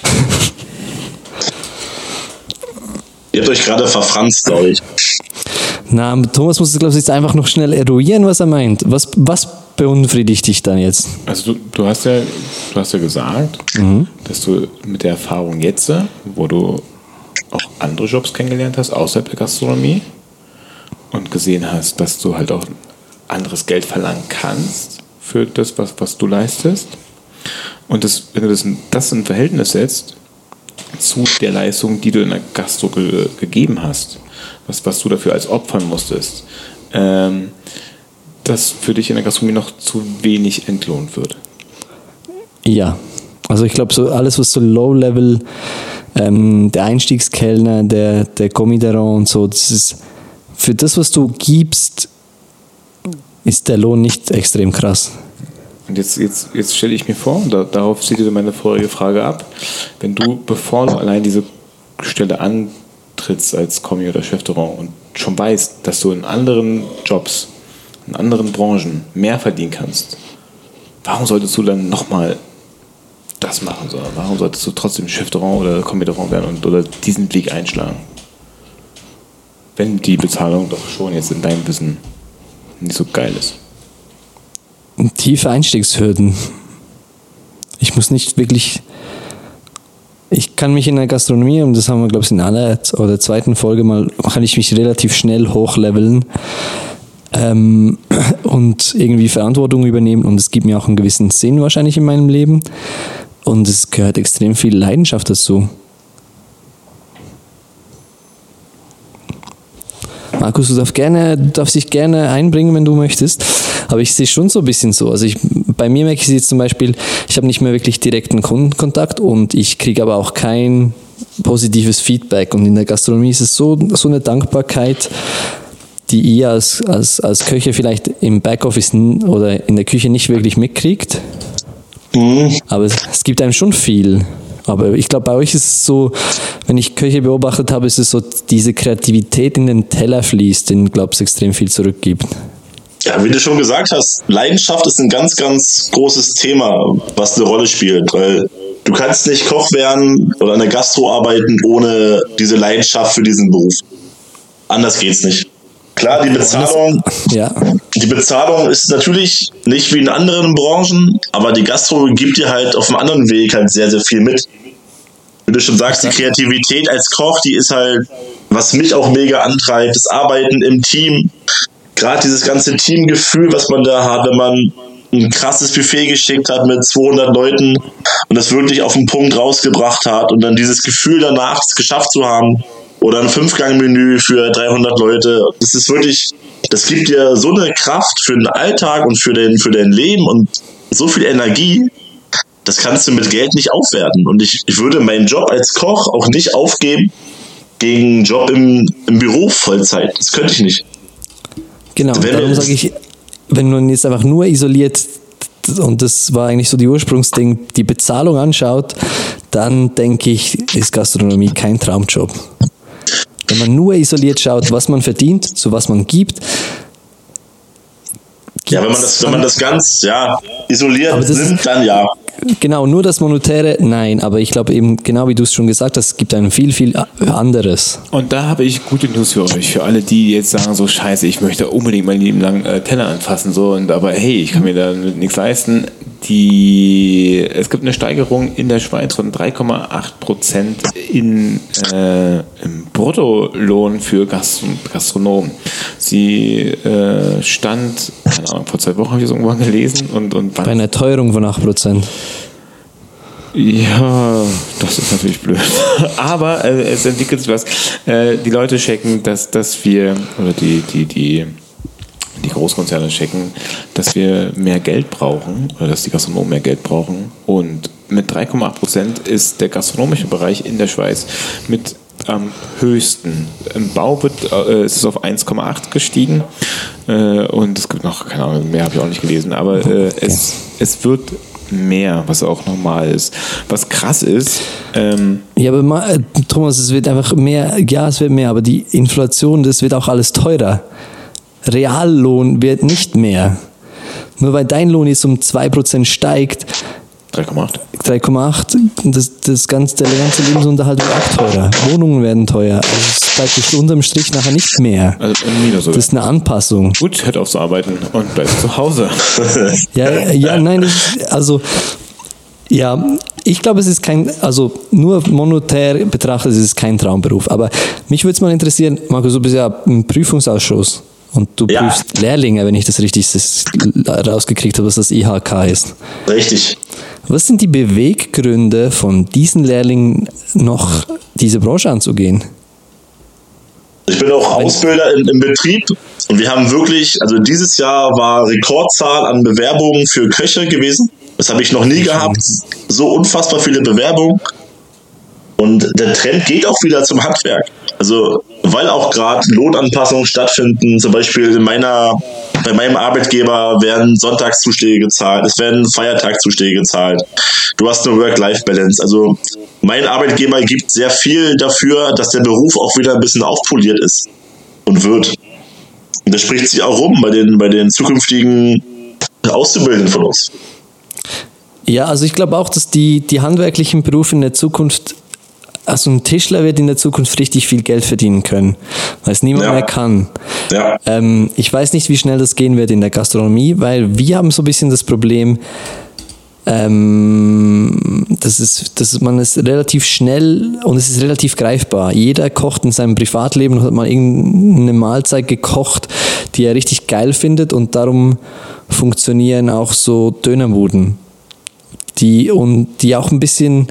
Ihr habt euch gerade verfranst, glaube ich. Na, Thomas muss, glaube ich, jetzt einfach noch schnell eruieren, was er meint. Was, was beunfriedigt dich dann jetzt? Also du, du hast ja, du hast ja gesagt, mhm. dass du mit der Erfahrung jetzt, wo du auch andere Jobs kennengelernt hast, außerhalb der Gastronomie, und gesehen hast, dass du halt auch anderes Geld verlangen kannst für das, was, was du leistest. Und das, wenn du das, das in Verhältnis setzt zu der Leistung, die du in der Gastro ge, gegeben hast, was, was du dafür als opfern musstest, ähm, dass für dich in der Gastronomie noch zu wenig entlohnt wird. Ja, also ich glaube, so alles, was so Low-Level, ähm, der Einstiegskellner, der, der Commis-d'Arrond und so, das ist für das, was du gibst, ist der Lohn nicht extrem krass. Und jetzt, jetzt, jetzt stelle ich mir vor, und da, darauf zieht dir meine vorige Frage ab, wenn du, bevor du allein diese Stelle antrittst als Commis oder Chef de Rang und schon weißt, dass du in anderen Jobs, in anderen Branchen mehr verdienen kannst, warum solltest du dann nochmal das machen? So? Warum solltest du trotzdem Chef de Rang oder Commis de Rang werden und, oder diesen Weg einschlagen? Wenn die Bezahlung doch schon jetzt in deinem Wissen nicht so geil ist. Tiefe Einstiegshürden. Ich muss nicht wirklich... Ich kann mich in der Gastronomie, und das haben wir, glaube ich, in aller oder zweiten Folge mal, kann ich mich relativ schnell hochleveln ähm, und irgendwie Verantwortung übernehmen, und es gibt mir auch einen gewissen Sinn wahrscheinlich in meinem Leben, und es gehört extrem viel Leidenschaft dazu. Markus, du darfst, gerne, du darfst dich gerne einbringen, wenn du möchtest, aber ich sehe schon so ein bisschen so. Also ich, bei mir merke ich jetzt zum Beispiel, ich habe nicht mehr wirklich direkten Kundenkontakt und ich kriege aber auch kein positives Feedback, und in der Gastronomie ist es so, so eine Dankbarkeit, die ihr als, als, als Köche vielleicht im Backoffice oder in der Küche nicht wirklich mitkriegt, mhm. aber es, es gibt einem schon viel. Aber ich glaube, bei euch ist es so, wenn ich Köche beobachtet habe, ist es so, diese Kreativität in den Teller fließt, den, glaube ich, extrem viel zurückgibt. Ja, wie du schon gesagt hast, Leidenschaft ist ein ganz, ganz großes Thema, was eine Rolle spielt, weil du kannst nicht Koch werden oder in der Gastro arbeiten ohne diese Leidenschaft für diesen Beruf. Anders geht's nicht. Klar, die Bezahlung, ja. die Bezahlung ist natürlich nicht wie in anderen Branchen, aber die Gastro gibt dir halt auf einem anderen Weg halt sehr, sehr viel mit. Wie du schon sagst, die Kreativität als Koch, die ist halt, was mich auch mega antreibt, das Arbeiten im Team. Gerade dieses ganze Teamgefühl, was man da hat, wenn man ein krasses Buffet geschickt hat mit zweihundert Leuten und das wirklich auf den Punkt rausgebracht hat und dann dieses Gefühl danach, es geschafft zu haben. Oder ein Fünf-Gang-Menü für dreihundert Leute. Das ist wirklich, das gibt dir so eine Kraft für den Alltag und für dein, für dein Leben und so viel Energie, das kannst du mit Geld nicht aufwerten. Und ich, ich würde meinen Job als Koch auch nicht aufgeben gegen einen Job im, im Büro Vollzeit. Das könnte ich nicht. Genau, darum sage ich, wenn man jetzt einfach nur isoliert, und das war eigentlich so die Ursprungsding, die Bezahlung anschaut, dann denke ich, ist Gastronomie kein Traumjob. Wenn man nur isoliert schaut, was man verdient, zu was man gibt. Ja, wenn man das, wenn man das ganz ja, isoliert nimmt, dann ja. Genau, nur das Monetäre, nein, aber ich glaube eben, genau wie du es schon gesagt hast, es gibt ein viel, viel anderes. Und da habe ich gute News für euch, für alle, die jetzt sagen, so scheiße, ich möchte unbedingt mein Leben lang äh, Teller anfassen, so, und aber hey, ich kann mir da nichts leisten. die, es gibt eine Steigerung in der Schweiz von drei Komma acht Prozent in, äh, im Bruttolohn für Gastro- Gastronomen. Sie äh, stand, keine Ahnung, vor zwei Wochen habe ich das irgendwann gelesen. Und, und Bei einer Teuerung von acht Prozent. Ja, das ist natürlich blöd. Aber äh, es entwickelt sich was. Äh, die Leute checken, dass, dass wir, oder die, die, die, die Großkonzerne checken, dass wir mehr Geld brauchen, oder dass die Gastronomen mehr Geld brauchen. Und mit drei Komma acht Prozent ist der gastronomische Bereich in der Schweiz mit am höchsten. Im Bau wird, äh, ist es auf eins Komma acht gestiegen. Äh, und es gibt noch, keine Ahnung, mehr habe ich auch nicht gelesen, aber äh, es, es wird mehr, was auch normal ist. Was krass ist. Ähm ja, aber mal, Thomas, es wird einfach mehr, ja, es wird mehr, aber die Inflation, das wird auch alles teurer. Reallohn wird nicht mehr. Nur weil dein Lohn jetzt um zwei Prozent steigt, drei Komma acht. drei Komma acht, das, das ganze, der ganze Lebensunterhalt wird auch teurer. Wohnungen werden teuer. Also es bleibt unterm Strich nachher nicht mehr. Also im Minus sogar. Das ist eine Anpassung. Gut, hört auf zu arbeiten und bleibt zu Hause. Ja, ja, nein, das ist, also ja, ich glaube, es ist kein, also nur monetär betrachtet, es ist kein Traumberuf. Aber mich würde es mal interessieren, Markus, du bist ja im Prüfungsausschuss und du Ja. prüfst Lehrlinge, wenn ich das richtig rausgekriegt habe, was das I H K ist. Richtig. Was sind die Beweggründe von diesen Lehrlingen, noch diese Branche anzugehen? Ich bin auch Ausbilder im, im Betrieb und wir haben wirklich, also dieses Jahr war Rekordzahl an Bewerbungen für Köche gewesen. Das habe ich noch nie gehabt. So unfassbar viele Bewerbungen. Und der Trend geht auch wieder zum Handwerk. Also, weil auch gerade Lohnanpassungen stattfinden, zum Beispiel in meiner, bei meinem Arbeitgeber werden Sonntagszuschläge gezahlt, es werden Feiertagszuschläge gezahlt. Du hast eine Work-Life-Balance. Also, mein Arbeitgeber gibt sehr viel dafür, dass der Beruf auch wieder ein bisschen aufpoliert ist und wird. Und das spricht sich auch rum bei den, bei den zukünftigen Auszubildenden von uns. Ja, also ich glaube auch, dass die, die handwerklichen Berufe in der Zukunft, also ein Tischler wird in der Zukunft richtig viel Geld verdienen können, weil es niemand Ja. mehr kann. Ja. Ähm, ich weiß nicht, wie schnell das gehen wird in der Gastronomie, weil wir haben so ein bisschen das Problem, ähm, das ist, dass man es relativ schnell und es ist relativ greifbar. Jeder kocht in seinem Privatleben und hat mal irgendeine Mahlzeit gekocht, die er richtig geil findet, und darum funktionieren auch so Dönerbuden, die und die auch ein bisschen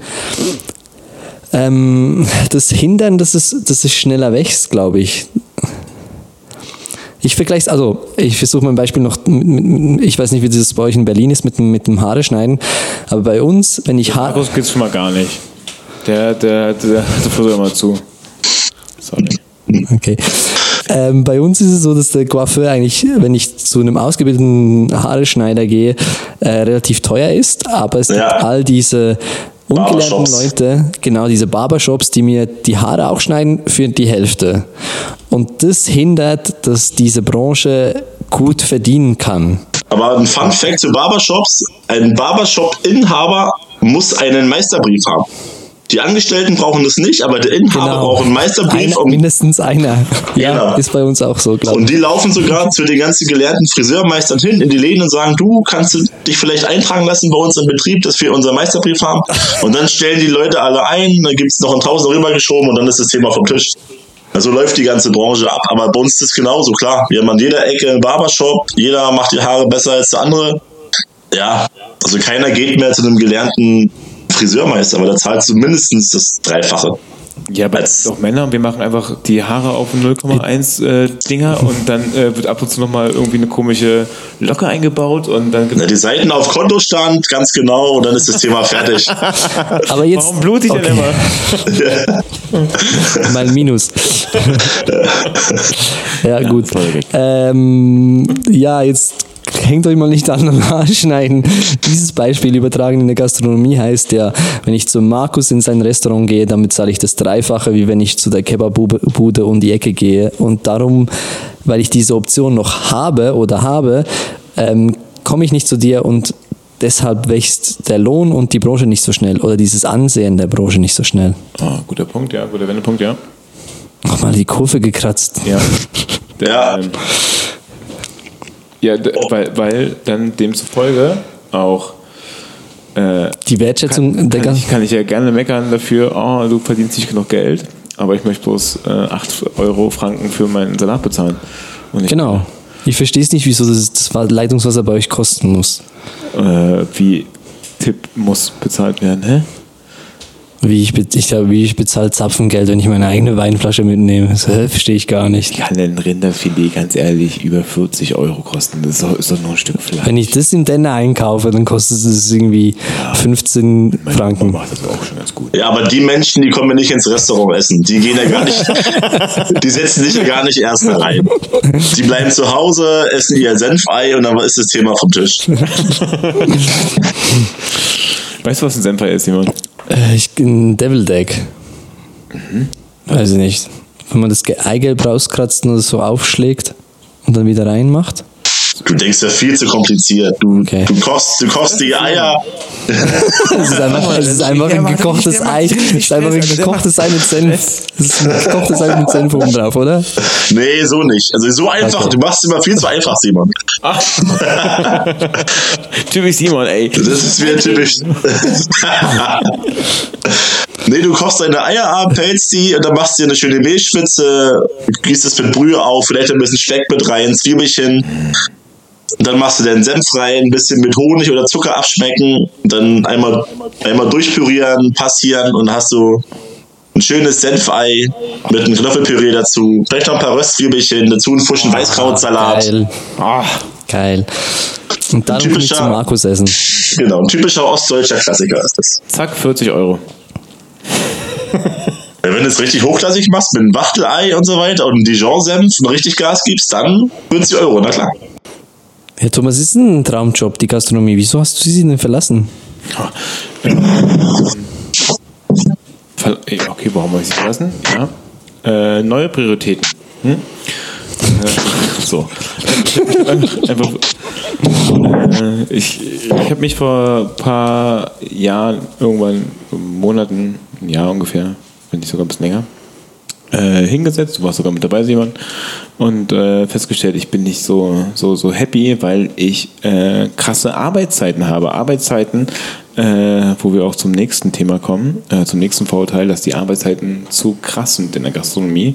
ähm, das hindern, dass es, dass es schneller wächst, glaube ich. Ich vergleiche also ich versuche mein Beispiel noch, mit, mit, ich weiß nicht, wie das bei euch in Berlin ist, mit, mit dem Haare schneiden, aber bei uns, wenn ich Haare... Markus geht's schon mal gar nicht. Der, der, der, der Friseur immer zu. Sorry. Okay. Ähm, bei uns ist es so, dass der Coiffeur eigentlich, wenn ich zu einem ausgebildeten Haareschneider gehe, äh, relativ teuer ist, aber es Ja. gibt all diese ungelernten Barbershops. Leute, genau diese Barbershops, die mir die Haare auch schneiden für die Hälfte. Und das hindert, dass diese Branche gut verdienen kann. Aber ein Fun Fact zu Barbershops: Ein Barbershop-Inhaber muss einen Meisterbrief haben. Die Angestellten brauchen das nicht, aber der Inhaber Genau. braucht einen Meisterbrief. Einer, um, mindestens einer. Ja, Genau. ist bei uns auch so, glaube und ich. die laufen sogar zu den ganzen gelernten Friseurmeistern hin in die Läden und sagen, du kannst du dich vielleicht eintragen lassen bei uns im Betrieb, dass wir unseren Meisterbrief haben. Und dann stellen die Leute alle ein, dann gibt es noch einen Tausender rübergeschoben und dann ist das Thema vom Tisch. Also läuft die ganze Branche ab. Aber bei uns ist es genauso, klar. Wir haben an jeder Ecke einen Barbershop, jeder macht die Haare besser als der andere. Ja, also keiner geht mehr zu einem gelernten Friseurmeister, aber da zahlst du mindestens das Dreifache. Ja, aber Als- auch Männer, wir machen einfach die Haare auf null Komma eins äh, Dinger und dann äh, wird ab und zu nochmal irgendwie eine komische Locke eingebaut und dann Na, die Seiten auf Kontostand, ganz genau, und dann ist das Thema fertig. Aber jetzt, Warum blutig denn okay. immer? Mal Minus. ja, gut. voll weg. Ähm, ja, jetzt hängt euch mal nicht an den Haarschneiden. Dieses Beispiel übertragen in der Gastronomie heißt ja, wenn ich zu Markus in sein Restaurant gehe, dann bezahle ich das Dreifache, wie wenn ich zu der Kebabbude um die Ecke gehe. Und darum, weil ich diese Option noch habe oder habe, ähm, komme ich nicht zu dir, und deshalb wächst der Lohn und die Branche nicht so schnell oder dieses Ansehen der Branche nicht so schnell. Oh, guter Punkt, ja, guter Wendepunkt, ja. Nochmal die Kurve gekratzt. Ja. Der, Ja. Ähm, ja, d- weil, weil dann demzufolge auch Äh, Die Wertschätzung kann, der kann, ganzen. ich, kann ich ja gerne meckern dafür, oh, du verdienst nicht genug Geld, aber ich möchte bloß äh, acht Euro Franken für meinen Salat bezahlen. Und ich, Genau. Ich verstehe es nicht, wieso das, das Leitungswasser bei euch kosten muss. Äh, wie Tipp muss bezahlt werden, hä? Wie ich, be- ich, wie ich bezahle Zapfengeld, wenn ich meine eigene Weinflasche mitnehme. Das äh, verstehe ich gar nicht. Kann ein Rinderfilet ganz ehrlich über vierzig Euro kosten? Das ist doch, ist doch nur ein Stück Fleisch. Wenn ich das in Denner einkaufe, dann kostet es irgendwie fünfzehn Meine Franken. Mama macht das auch schon ganz gut. Ja, aber die Menschen, die kommen ja nicht ins Restaurant essen. Die gehen ja gar nicht, die setzen sich ja gar nicht erst da rein. Die bleiben zu Hause, essen ihr Senfei und dann ist das Thema vom Tisch. Weißt du, was ein Senfei ist, Simon? Äh, ich ein Devil Deck. Mhm. Weiß ich nicht. Wenn man das Ge- Eigelb rauskratzt und das so aufschlägt und dann wieder reinmacht. Du denkst ja viel zu kompliziert. Du, Okay. du kochst, du kochst die Eier. Es ist einfach, es ist einfach Der ein macht gekochtes nicht- der Ei. macht Es richtig ist einfach ein Stress, Alter. Der gekochtes macht Ei mit Senf. Es ist ein gekochtes Ei mit Senf oben drauf, oder? Nee, so nicht. Also so einfach. Okay. Du machst es immer viel zu einfach, Simon. Typisch Simon, ey. Das ist wieder typisch. Nee, du kochst deine Eier ab, pelzt die und dann machst du dir eine schöne Mehlspitze, gießt es mit Brühe auf, vielleicht ein bisschen Speck mit rein, Zwiebelchen. Und dann machst du den Senf rein, ein bisschen mit Honig oder Zucker abschmecken, dann einmal, einmal durchpürieren, passieren und dann hast du ein schönes Senfei mit einem Knöffelpüree dazu, vielleicht noch ein paar Röstzwiebelchen, dazu einen frischen Weißkrautsalat. Geil. Ah, Geil. Und dann kann ich Typischer- zu Markus essen. Genau, ein typischer ostdeutscher Klassiker ist das. zack, vierzig Euro. Wenn du es richtig hochklassig machst, mit einem Wachtelei und so weiter und einem Dijon-Senf und richtig Gas gibst, dann vierzig Euro, na klar. Ja, Thomas, ist ein Traumjob, die Gastronomie. Wieso hast du sie denn verlassen? Ver- ey, Okay, warum habe ich sie verlassen? Ja. Äh, neue Prioritäten. Hm? Äh, so. Einfach, äh, ich ich habe mich vor ein paar Jahren, irgendwann Monaten, ein Jahr ungefähr, wenn nicht sogar ein bisschen länger, äh, hingesetzt. Du warst sogar mit dabei, Simon. Und äh, festgestellt, ich bin nicht so, so, so happy, weil ich äh, krasse Arbeitszeiten habe. Arbeitszeiten, äh, wo wir auch zum nächsten Thema kommen, äh, zum nächsten Vorurteil, dass die Arbeitszeiten zu krass sind in der Gastronomie.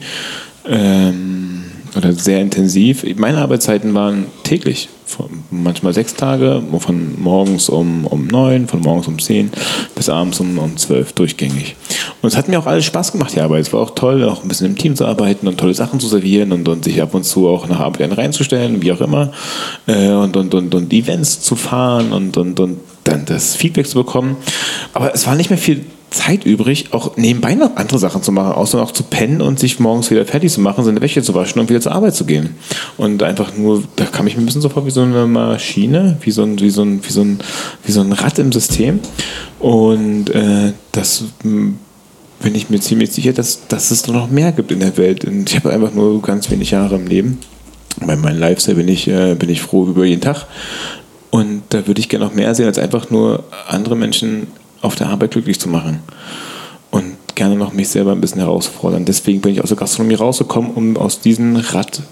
Ähm, oder sehr intensiv. Meine Arbeitszeiten waren täglich. Von, manchmal sechs Tage, von morgens um, um neun, von morgens um zehn bis abends um, um zwölf durchgängig. Und es hat mir auch alles Spaß gemacht, die Arbeit. Es war auch toll, auch ein bisschen im Team zu arbeiten und tolle Sachen zu servieren und, und sich ab und zu auch nach Arbeit reinzustellen, wie auch immer. Äh, und, und, und, und Events zu fahren und, und, und dann das Feedback zu bekommen. Aber es war nicht mehr viel Zeit übrig, auch nebenbei noch andere Sachen zu machen, außer noch zu pennen und sich morgens wieder fertig zu machen, seine Wäsche zu waschen und wieder zur Arbeit zu gehen. Und einfach nur, da kam ich mir ein bisschen so vor wie so eine Maschine, wie so ein, wie so ein, wie so ein, wie so ein Rad im System. Und äh, das mh, bin ich mir ziemlich sicher, dass, dass es noch mehr gibt in der Welt. Und ich habe einfach nur ganz wenig Jahre im Leben. Bei meinem Lifestyle bin ich, äh, bin ich froh über jeden Tag. Und da würde ich gerne noch mehr sehen, als einfach nur andere Menschen auf der Arbeit glücklich zu machen. Und gerne noch mich selber ein bisschen herausfordern. Deswegen bin ich aus der Gastronomie rausgekommen, um aus diesem Rad,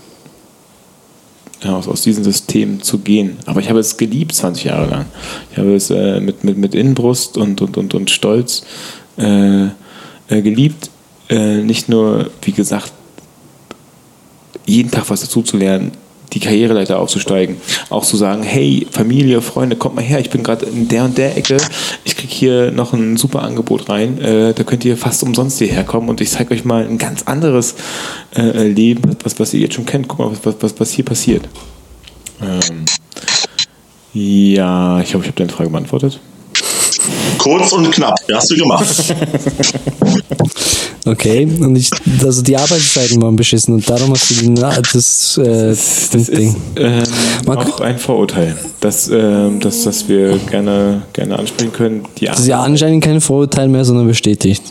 ja, aus, aus diesem System zu gehen. Aber ich habe es geliebt, zwanzig Jahre lang. Ich habe es äh, mit, mit, mit Inbrust und, und, und, und Stolz äh, äh, geliebt. Äh, nicht nur, wie gesagt, jeden Tag was dazu zu lernen, die Karriereleiter aufzusteigen, auch zu sagen, hey, Familie, Freunde, kommt mal her, ich bin gerade in der und der Ecke, ich kriege hier noch ein super Angebot rein, äh, da könnt ihr fast umsonst hierher kommen und ich zeige euch mal ein ganz anderes äh, Leben, was, was ihr jetzt schon kennt. Guck mal, was, was, was hier passiert. Ähm, ja, ich hoffe, ich habe deine Frage beantwortet. Kurz und knapp, hast du gemacht. Okay, und ich, also die Arbeitszeiten waren beschissen und darum hast du die, na, das, äh, das, Das Ding. ist ähm, Marco- auch ein Vorurteil, das, ähm, das, das wir gerne, gerne ansprechen können. Die Das ist ja anscheinend kein Vorurteil mehr, sondern bestätigt.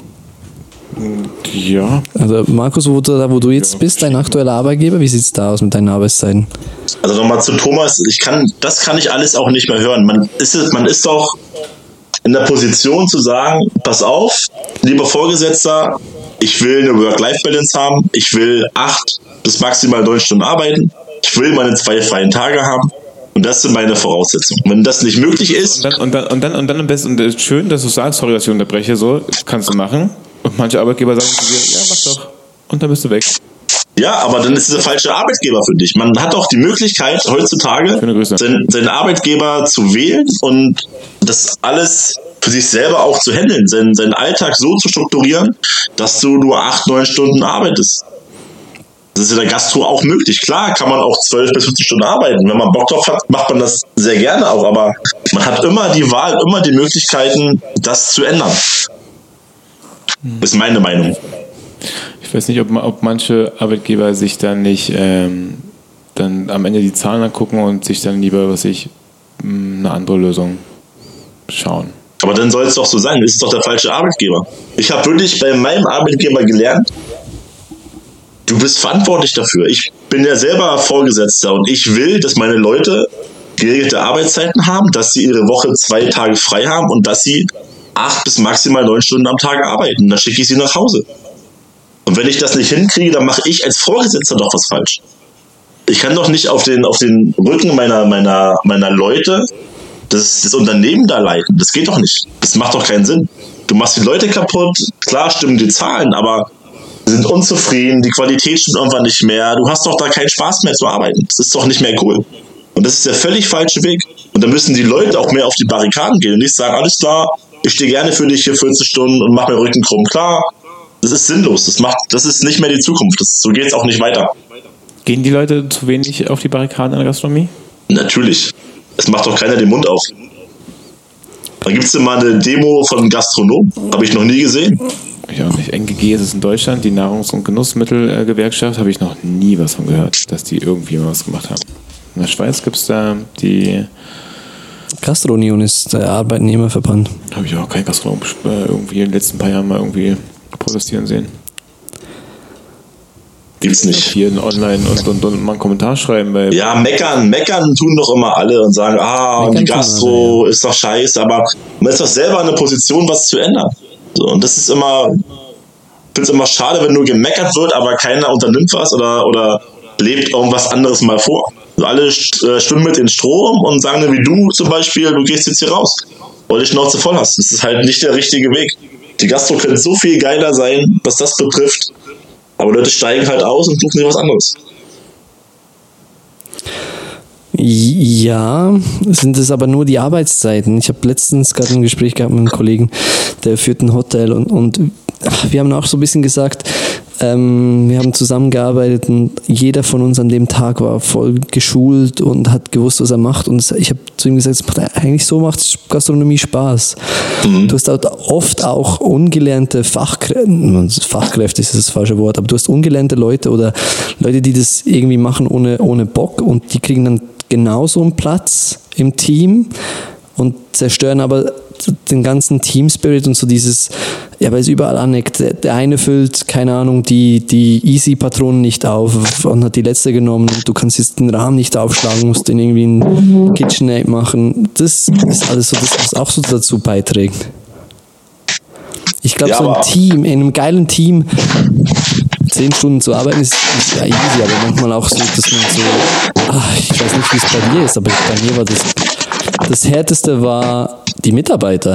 Ja, Also Markus, wo du, da wo du jetzt bist, dein aktueller Arbeitgeber, wie sieht es da aus mit deinen Arbeitszeiten? Also nochmal zu Thomas, ich kann, das kann ich alles auch nicht mehr hören. Man ist, man ist doch in der Position zu sagen, pass auf, lieber Vorgesetzter, ich will eine Work-Life-Balance haben, ich will acht bis maximal neun Stunden arbeiten, ich will meine zwei freien Tage haben Und das sind meine Voraussetzungen. Wenn das nicht möglich ist... Und dann, und dann, und dann, und dann am besten, und ist schön, dass du sagst, sorry, dass ich unterbreche, so, das kannst du machen. Und manche Arbeitgeber sagen zu dir, ja, mach doch. Und dann bist du weg. Ja, aber dann ist es der falsche Arbeitgeber für dich. Man hat auch die Möglichkeit, heutzutage seinen, seinen Arbeitgeber zu wählen und das alles für sich selber auch zu handeln, seinen, seinen Alltag so zu strukturieren, dass du nur acht, neun Stunden arbeitest. Das ist in der Gastro auch möglich. Klar kann man auch zwölf bis fünfzehn Stunden arbeiten. Wenn man Bock drauf hat, macht man das sehr gerne auch, aber man hat immer die Wahl, immer die Möglichkeiten, das zu ändern. Das ist meine Meinung. Ich weiß nicht, ob, ob manche Arbeitgeber sich dann nicht ähm, dann am Ende die Zahlen angucken und sich dann lieber, was ich, eine andere Lösung schauen. Aber dann soll es doch so sein. Das ist doch der falsche Arbeitgeber. Ich habe wirklich bei meinem Arbeitgeber gelernt, du bist verantwortlich dafür. Ich bin ja selber Vorgesetzter und ich will, dass meine Leute geregelte Arbeitszeiten haben, dass sie ihre Woche zwei Tage frei haben und dass sie acht bis maximal neun Stunden am Tag arbeiten. Dann schicke ich sie nach Hause. Und wenn ich das nicht hinkriege, dann mache ich als Vorgesetzter doch was falsch. Ich kann doch nicht auf den, auf den Rücken meiner, meiner, meiner Leute das, das Unternehmen da leiten. Das geht doch nicht. Das macht doch keinen Sinn. Du machst die Leute kaputt, klar stimmen die Zahlen, aber sie sind unzufrieden, die Qualität stimmt irgendwann nicht mehr. Du hast doch da keinen Spaß mehr zu arbeiten. Das ist doch nicht mehr cool. Und das ist der völlig falsche Weg. Und da müssen die Leute auch mehr auf die Barrikaden gehen und nicht sagen, alles klar, ich stehe gerne für dich hier vierzehn Stunden und mach mir Rücken krumm. Klar, das ist sinnlos. Das macht, das ist nicht mehr die Zukunft. Das, so geht es auch nicht weiter. Gehen die Leute zu wenig auf die Barrikaden in der Gastronomie? Natürlich. Es macht doch keiner den Mund auf. Da gibt es immer eine Demo von Gastronomen. Habe ich noch nie gesehen. Ich auch nicht. N G G ist es in Deutschland, die Nahrungs- und Genussmittelgewerkschaft, habe ich noch nie was von gehört, dass die irgendwie was gemacht haben. In der Schweiz gibt es da die... Gastro-Union ist der Arbeitnehmerverband. Habe ich auch kein Gastronom irgendwie in den letzten paar Jahren mal irgendwie protestieren sehen. Gibt's nicht. Hier online und, und, und mal einen Kommentar schreiben. Weil ja, meckern, meckern tun doch immer alle und sagen, ah, und die Gastro alle, ja. ist doch scheiße, aber man ist doch selber in einer Position, was zu ändern. So, und das ist immer, ich finde es immer schade, wenn nur gemeckert wird, aber keiner unternimmt was oder, oder lebt irgendwas anderes mal vor. Also alle äh, schwimmen mit den Strom und sagen dann, wie du zum Beispiel, du gehst jetzt hier raus, weil du die Schnauze voll hast. Das ist halt nicht der richtige Weg. Die Gastro könnte so viel geiler sein, was das betrifft. Aber Leute steigen halt aus und suchen sich was anderes. Ja, sind es aber nur die Arbeitszeiten. Ich habe letztens gerade ein Gespräch gehabt mit einem Kollegen, der führt ein Hotel und, und wir haben auch so ein bisschen gesagt, ähm, wir haben zusammengearbeitet und jeder von uns an dem Tag war voll geschult und hat gewusst, was er macht. Und ich habe zu ihm gesagt, es macht, eigentlich so macht Gastronomie Spaß. Mhm. Du hast oft auch ungelernte Fachkräfte, Fachkräfte ist das falsche Wort, aber du hast ungelernte Leute oder Leute, die das irgendwie machen ohne, ohne Bock und die kriegen dann genauso einen Platz im Team und zerstören aber den ganzen Team-Spirit und so dieses, ja, weil es überall aneckt. Der, der eine füllt, keine Ahnung, die, die Easy-Patronen nicht auf und hat die letzte genommen und du kannst jetzt den Rahmen nicht aufschlagen, musst den irgendwie ein KitchenAid machen. Das ist alles so, das was auch so dazu beiträgt. Ich glaube, ja, so ein Team, in einem geilen Team zehn Stunden zu arbeiten ist, ist ja easy, aber manchmal auch so, dass man so, ach, ich weiß nicht, wie es bei dir ist, aber bei mir war das, das Härteste war die Mitarbeiter,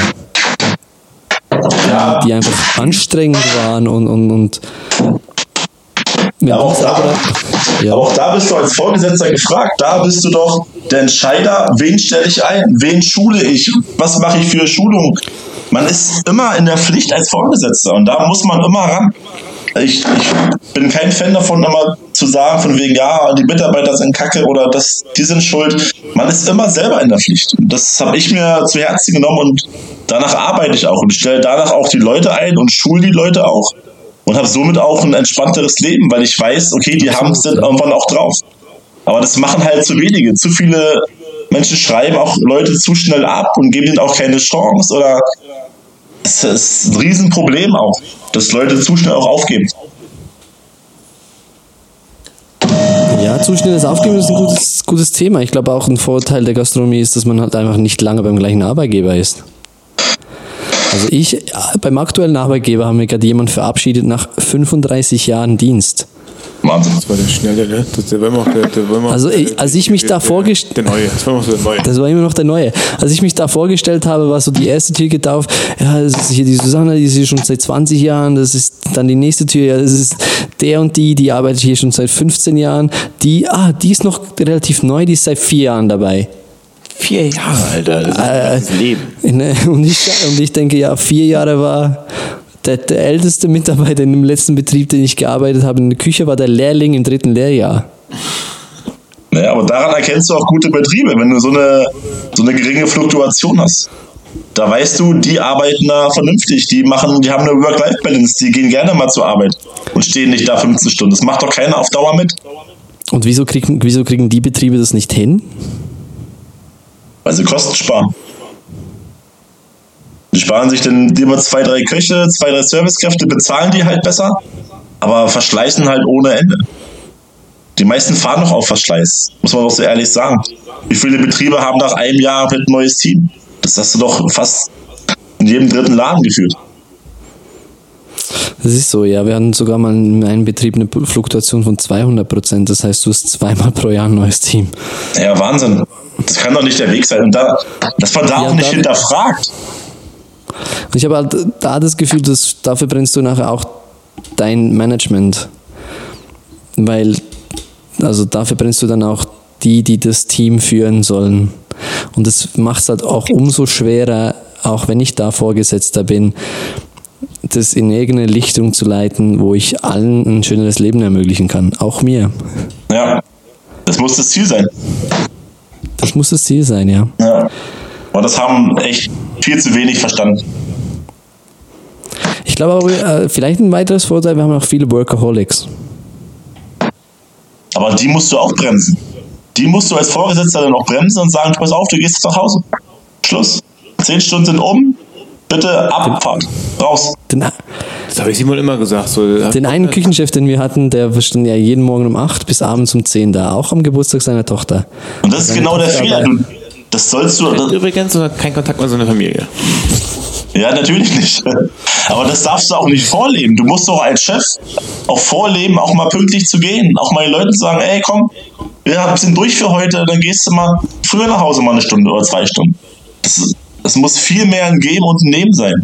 ja. die einfach anstrengend waren und, und, und ja, auch, da, ja. auch da bist du als Vorgesetzter gefragt, da bist du doch der Entscheider, wen stelle ich ein, wen schule ich, was mache ich für Schulung. Man ist immer in der Pflicht als Vorgesetzter und da muss man immer ran. Ich, ich bin kein Fan davon, immer zu sagen, von wegen, ja, die Mitarbeiter sind kacke oder das, die sind schuld. Man ist immer selber in der Pflicht. Das habe ich mir zu Herzen genommen und danach arbeite ich auch und stelle danach auch die Leute ein und schule die Leute auch. Und habe somit auch ein entspannteres Leben, weil ich weiß, okay, die haben es dann irgendwann auch drauf. Aber das machen halt zu wenige. Zu viele Menschen schreiben auch Leute zu schnell ab und geben ihnen auch keine Chance oder es ist ein Riesenproblem auch, dass Leute zu schnell auch aufgeben. Ja, zu schnelles Aufgeben ist ein gutes, gutes Thema. Ich glaube auch ein Vorteil der Gastronomie ist, dass man halt einfach nicht lange beim gleichen Arbeitgeber ist. Also ich, beim aktuellen Arbeitgeber haben wir gerade jemanden verabschiedet nach fünfunddreißig Jahren Dienst. Wahnsinn. Das war der Schnelle, ne? Das, der war immer noch der, der war immer Also, der, ich, als ich mich da vorgestellt... Der Neue, das war immer so der Neue. Das war immer noch der Neue. Als ich mich da vorgestellt habe, war so die erste Tür geht auf. Ja, das ist hier die Susanna, die ist hier schon seit zwanzig Jahren. Das ist dann die nächste Tür. Ja, das ist der und die, die arbeitet hier schon seit fünfzehn Jahren. Die, ah, die ist noch relativ neu, die ist seit vier Jahren dabei. Vier Jahre, Alter. Das ist Äh, das Leben. Und ich, und ich denke, ja, vier Jahre war... Der, der älteste Mitarbeiter in dem letzten Betrieb, den ich gearbeitet habe in der Küche, war der Lehrling im dritten Lehrjahr. Naja, aber daran erkennst du auch gute Betriebe, wenn du so eine, so eine geringe Fluktuation hast. Da weißt du, die arbeiten da vernünftig, die machen, die haben eine Work-Life-Balance, die gehen gerne mal zur Arbeit und stehen nicht da fünfzehn Stunden. Das macht doch keiner auf Dauer mit. Und wieso kriegen, wieso kriegen die Betriebe das nicht hin? Weil sie Kosten sparen. Die sparen sich dann lieber zwei, drei Köche, zwei, drei Servicekräfte, bezahlen die halt besser, aber verschleißen halt ohne Ende. Die meisten fahren doch auf Verschleiß, muss man doch so ehrlich sagen. Wie viele Betriebe haben nach einem Jahr ein neues Team? Das hast du doch fast in jedem dritten Laden geführt. Das ist so, ja. Wir hatten sogar mal in einem Betrieb eine Fluktuation von zweihundert Prozent. Das heißt, du hast zweimal pro Jahr ein neues Team. Ja, Wahnsinn. Das kann doch nicht der Weg sein. Und da, das war da Ja, auch nicht da- hinterfragt. Und ich habe halt da das Gefühl, dass dafür brennst du nachher auch dein Management. Weil, also dafür brennst du dann auch die, die das Team führen sollen. Und das macht es halt auch umso schwerer, auch wenn ich da Vorgesetzter bin, das in irgendeine Richtung zu leiten, wo ich allen ein schöneres Leben ermöglichen kann. Auch mir. Ja, das muss das Ziel sein. Das muss das Ziel sein, ja. Ja. Aber das haben echt viel zu wenig verstanden. Ich glaube aber, äh, vielleicht ein weiteres Vorteil, wir haben auch viele Workaholics. Aber die musst du auch bremsen. Die musst du als Vorgesetzter dann auch bremsen und sagen, pass auf, du gehst jetzt nach Hause. Schluss. Zehn Stunden sind um. Bitte Abfahrt. Raus. Den, Das habe ich Simon immer gesagt. So, den einen Küchenchef, den wir hatten, der stand ja jeden Morgen um acht bis abends um zehn da, auch am Geburtstag seiner Tochter. Und das ist Seine genau der Tochter Fehler. dabei. Du, das sollst du... Das, Übrigens, oder kein Kontakt mit seiner Familie. ja, natürlich nicht. Aber das darfst du auch nicht vorleben. Du musst doch als Chef auch vorleben, auch mal pünktlich zu gehen. Auch mal den Leuten sagen, ey, komm, wir sind durch für heute, dann gehst du mal früher nach Hause mal eine Stunde oder zwei Stunden. Das, das muss viel mehr ein Geben und ein Nehmen sein.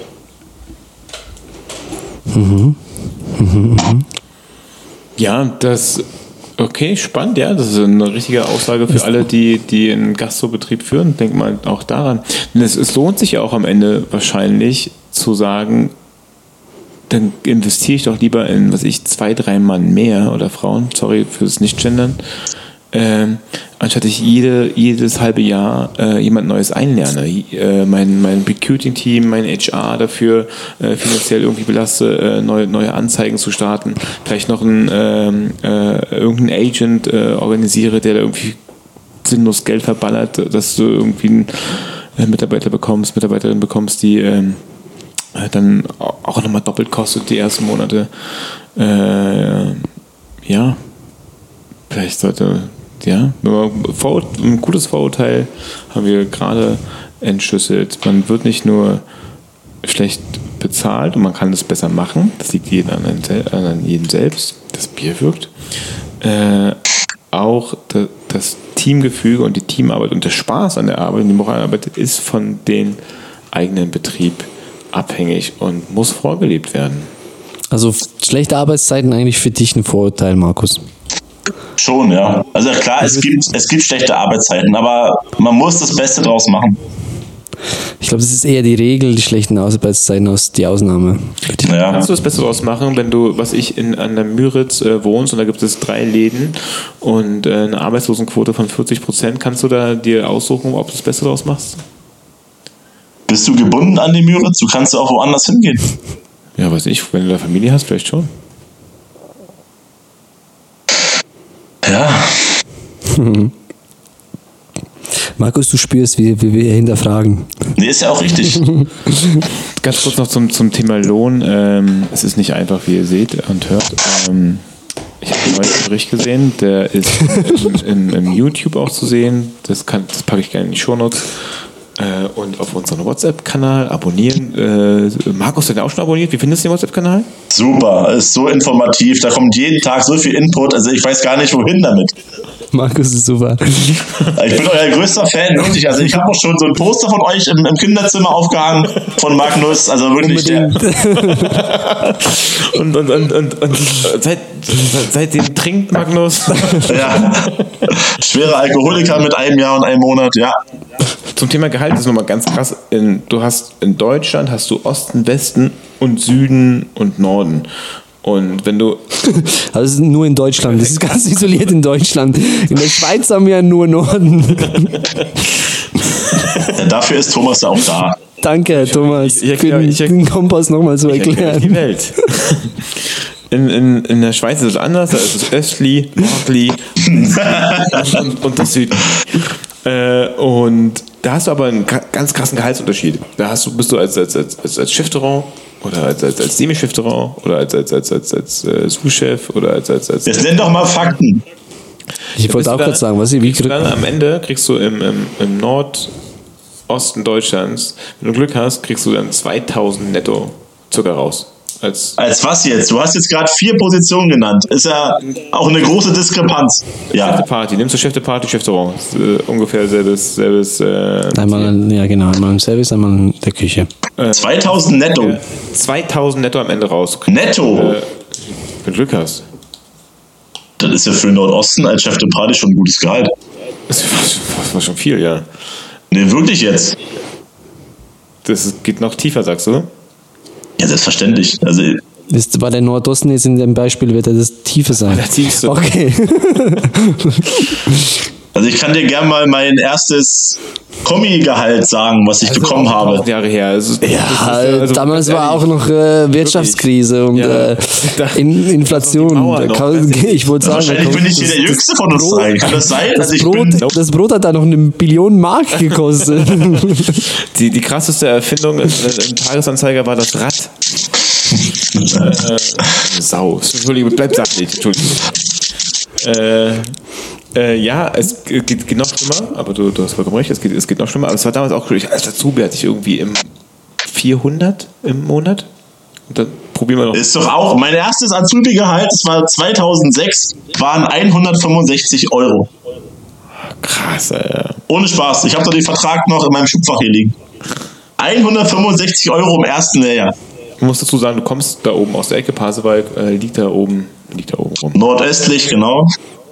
Mhm. Mhm. Ja, das... Okay, spannend, ja. Das ist eine richtige Aussage für alle, die, die einen Gastrobetrieb führen. Denk mal auch daran. Denn es, es lohnt sich ja auch am Ende wahrscheinlich zu sagen, dann investiere ich doch lieber in, was ich, zwei, drei Mann mehr oder Frauen, sorry fürs Nicht-Gendern, ähm, anstatt ich jede, jedes halbe Jahr äh, jemand Neues einlerne. Äh, mein, mein Recruiting-Team, mein H R dafür äh, finanziell irgendwie belaste, äh, neue, neue Anzeigen zu starten, vielleicht noch einen ähm, äh, irgendeinen Agent äh, organisiere, der da irgendwie sinnlos Geld verballert, dass du irgendwie einen äh, Mitarbeiter bekommst, Mitarbeiterin bekommst, die ähm, dann auch nochmal doppelt kostet die ersten Monate. Äh, ja, vielleicht sollte, ja, ein gutes Vorurteil haben wir gerade entschlüsselt. Man wird nicht nur schlecht bezahlt und man kann es besser machen, das liegt jeden an, an jedem selbst, das Bier wirkt. Äh, auch das Teamgefüge und die Teamarbeit und der Spaß an der Arbeit und die Moralarbeit ist von den eigenen Betrieb abhängig und muss vorgelebt werden. Also schlechte Arbeitszeiten eigentlich für dich ein Vorurteil, Markus? Schon, ja. Also klar, es gibt, es gibt schlechte Arbeitszeiten, aber man muss das Beste draus machen. Ich glaube, das ist eher die Regel, die schlechten Arbeitszeiten aus die Ausnahme. Ja. Kannst du das Beste draus machen, wenn du, was ich, in, an der Müritz äh, wohnst und da gibt es drei Läden und äh, eine Arbeitslosenquote von vierzig Prozent, kannst du da dir aussuchen, ob du das Beste draus machst? Bist du gebunden an die Müritz? Du kannst auch woanders hingehen. Ja, weiß ich, wenn du da Familie hast, vielleicht schon. Ja. Markus, du spürst, wie, wie wir hinterfragen. Nee, ist ja auch richtig. Ganz kurz noch zum, zum Thema Lohn. Ähm, es ist nicht einfach, wie ihr seht und hört. Ähm, ich habe einen neuen Bericht gesehen, der ist im, im, im YouTube auch zu sehen. Das, kann, das packe ich gerne in die Shownotes. Äh, und auf unseren WhatsApp-Kanal abonnieren. Äh, Markus hat ja auch schon abonniert. Wie findest du den WhatsApp-Kanal? Super, ist so informativ. Da kommt jeden Tag so viel Input. Also ich weiß gar nicht, wohin damit. Markus ist super. Ich bin euer größter Fan, wirklich. Also ich habe auch schon so ein Poster von euch im, im Kinderzimmer aufgehangen von Magnus. Also wirklich der. und, und, und, und, und seit, seitdem trinkt Magnus. Ja. Schwerer Alkoholiker mit einem Jahr und einem Monat, ja. Zum Thema Gehalt ist nochmal ganz krass. In, du hast in Deutschland hast du Osten, Westen und Süden und Norden. Und wenn du. Also das ist nur in Deutschland, das ist ganz isoliert in Deutschland. In der Schweiz haben wir ja nur Norden. Ja, dafür ist Thomas ja auch da. Danke, Herr Thomas, ich, ich erklär, für den, ich erklär, den Kompass nochmal zu erklären. Die Welt. In, in, in der Schweiz ist es anders, da ist es Östli, Nordli und, und das Südli. Äh, und da hast du aber einen ganz krassen Gehaltsunterschied. Da hast du, bist du als, als, als, als Chefterrain oder als, als, als Semi-Chefterrain oder als, als, als, als, als, als Sous-Chef oder als, als, als. Jetzt nenn doch mal Fakten. Ich wollte auch kurz sagen, was ich wie kriegst du dann am Ende kriegst du im, im, im Nordosten Deutschlands, wenn du Glück hast, kriegst du dann zweitausend netto circa raus. Als, Als was jetzt? Du hast jetzt gerade vier Positionen genannt. Ist ja auch eine große Diskrepanz. Ja. Chef de Party. Nimmst du Chef de Party, Chef de Rang. Äh, ungefähr selbes. selbes äh, einmal, ja, genau. Einmal im Service, einmal in der Küche. Äh, zweitausend netto. Äh, zweitausend netto am Ende raus. Netto? Äh, wenn du Glück hast. Das ist ja für den Nordosten als Chef de Party schon ein gutes Gehalt. Das war schon viel, ja. Nee, wirklich jetzt? Das geht noch tiefer, sagst du? Ja, selbstverständlich. Also, ist, bei der Nordosten jetzt in dem Beispiel wird er das Tiefe sein. Der tiefste. Okay. Also ich kann dir gerne mal mein erstes Kommi-Gehalt sagen, was ich also bekommen habe. Jahre her. Also, ja, also damals war auch noch äh, Wirtschaftskrise und ja. äh, in, Inflation. Kann, ich wollte sagen, wahrscheinlich bin ich hier der Jüngste von uns drei. Kann das sein? Das, also ich Brot, bin das Brot hat da noch eine Billion Mark gekostet. die, die krasseste Erfindung im Tagesanzeiger war das Rad. äh, Sau. Entschuldigung, bleib sachlich. Entschuldigung. Äh, Äh, ja, es geht, geht noch schlimmer, aber du, du hast vollkommen recht, es geht, es geht noch schlimmer, aber es war damals auch, ich, als Azubi hatte ich irgendwie im vierhundert im Monat und dann probieren wir noch. Ist doch auch, mein erstes Azubi-Gehalt, das war zweitausendsechs, waren hundertfünfundsechzig Euro. Krass, ey. Ohne Spaß, ich habe doch den Vertrag noch in meinem Schubfach hier liegen. hundertfünfundsechzig Euro im ersten Lehrjahr. Ich muss dazu sagen, du kommst da oben aus der Ecke, Pasewalk, äh, liegt da oben, liegt da oben rum. Nordöstlich, genau.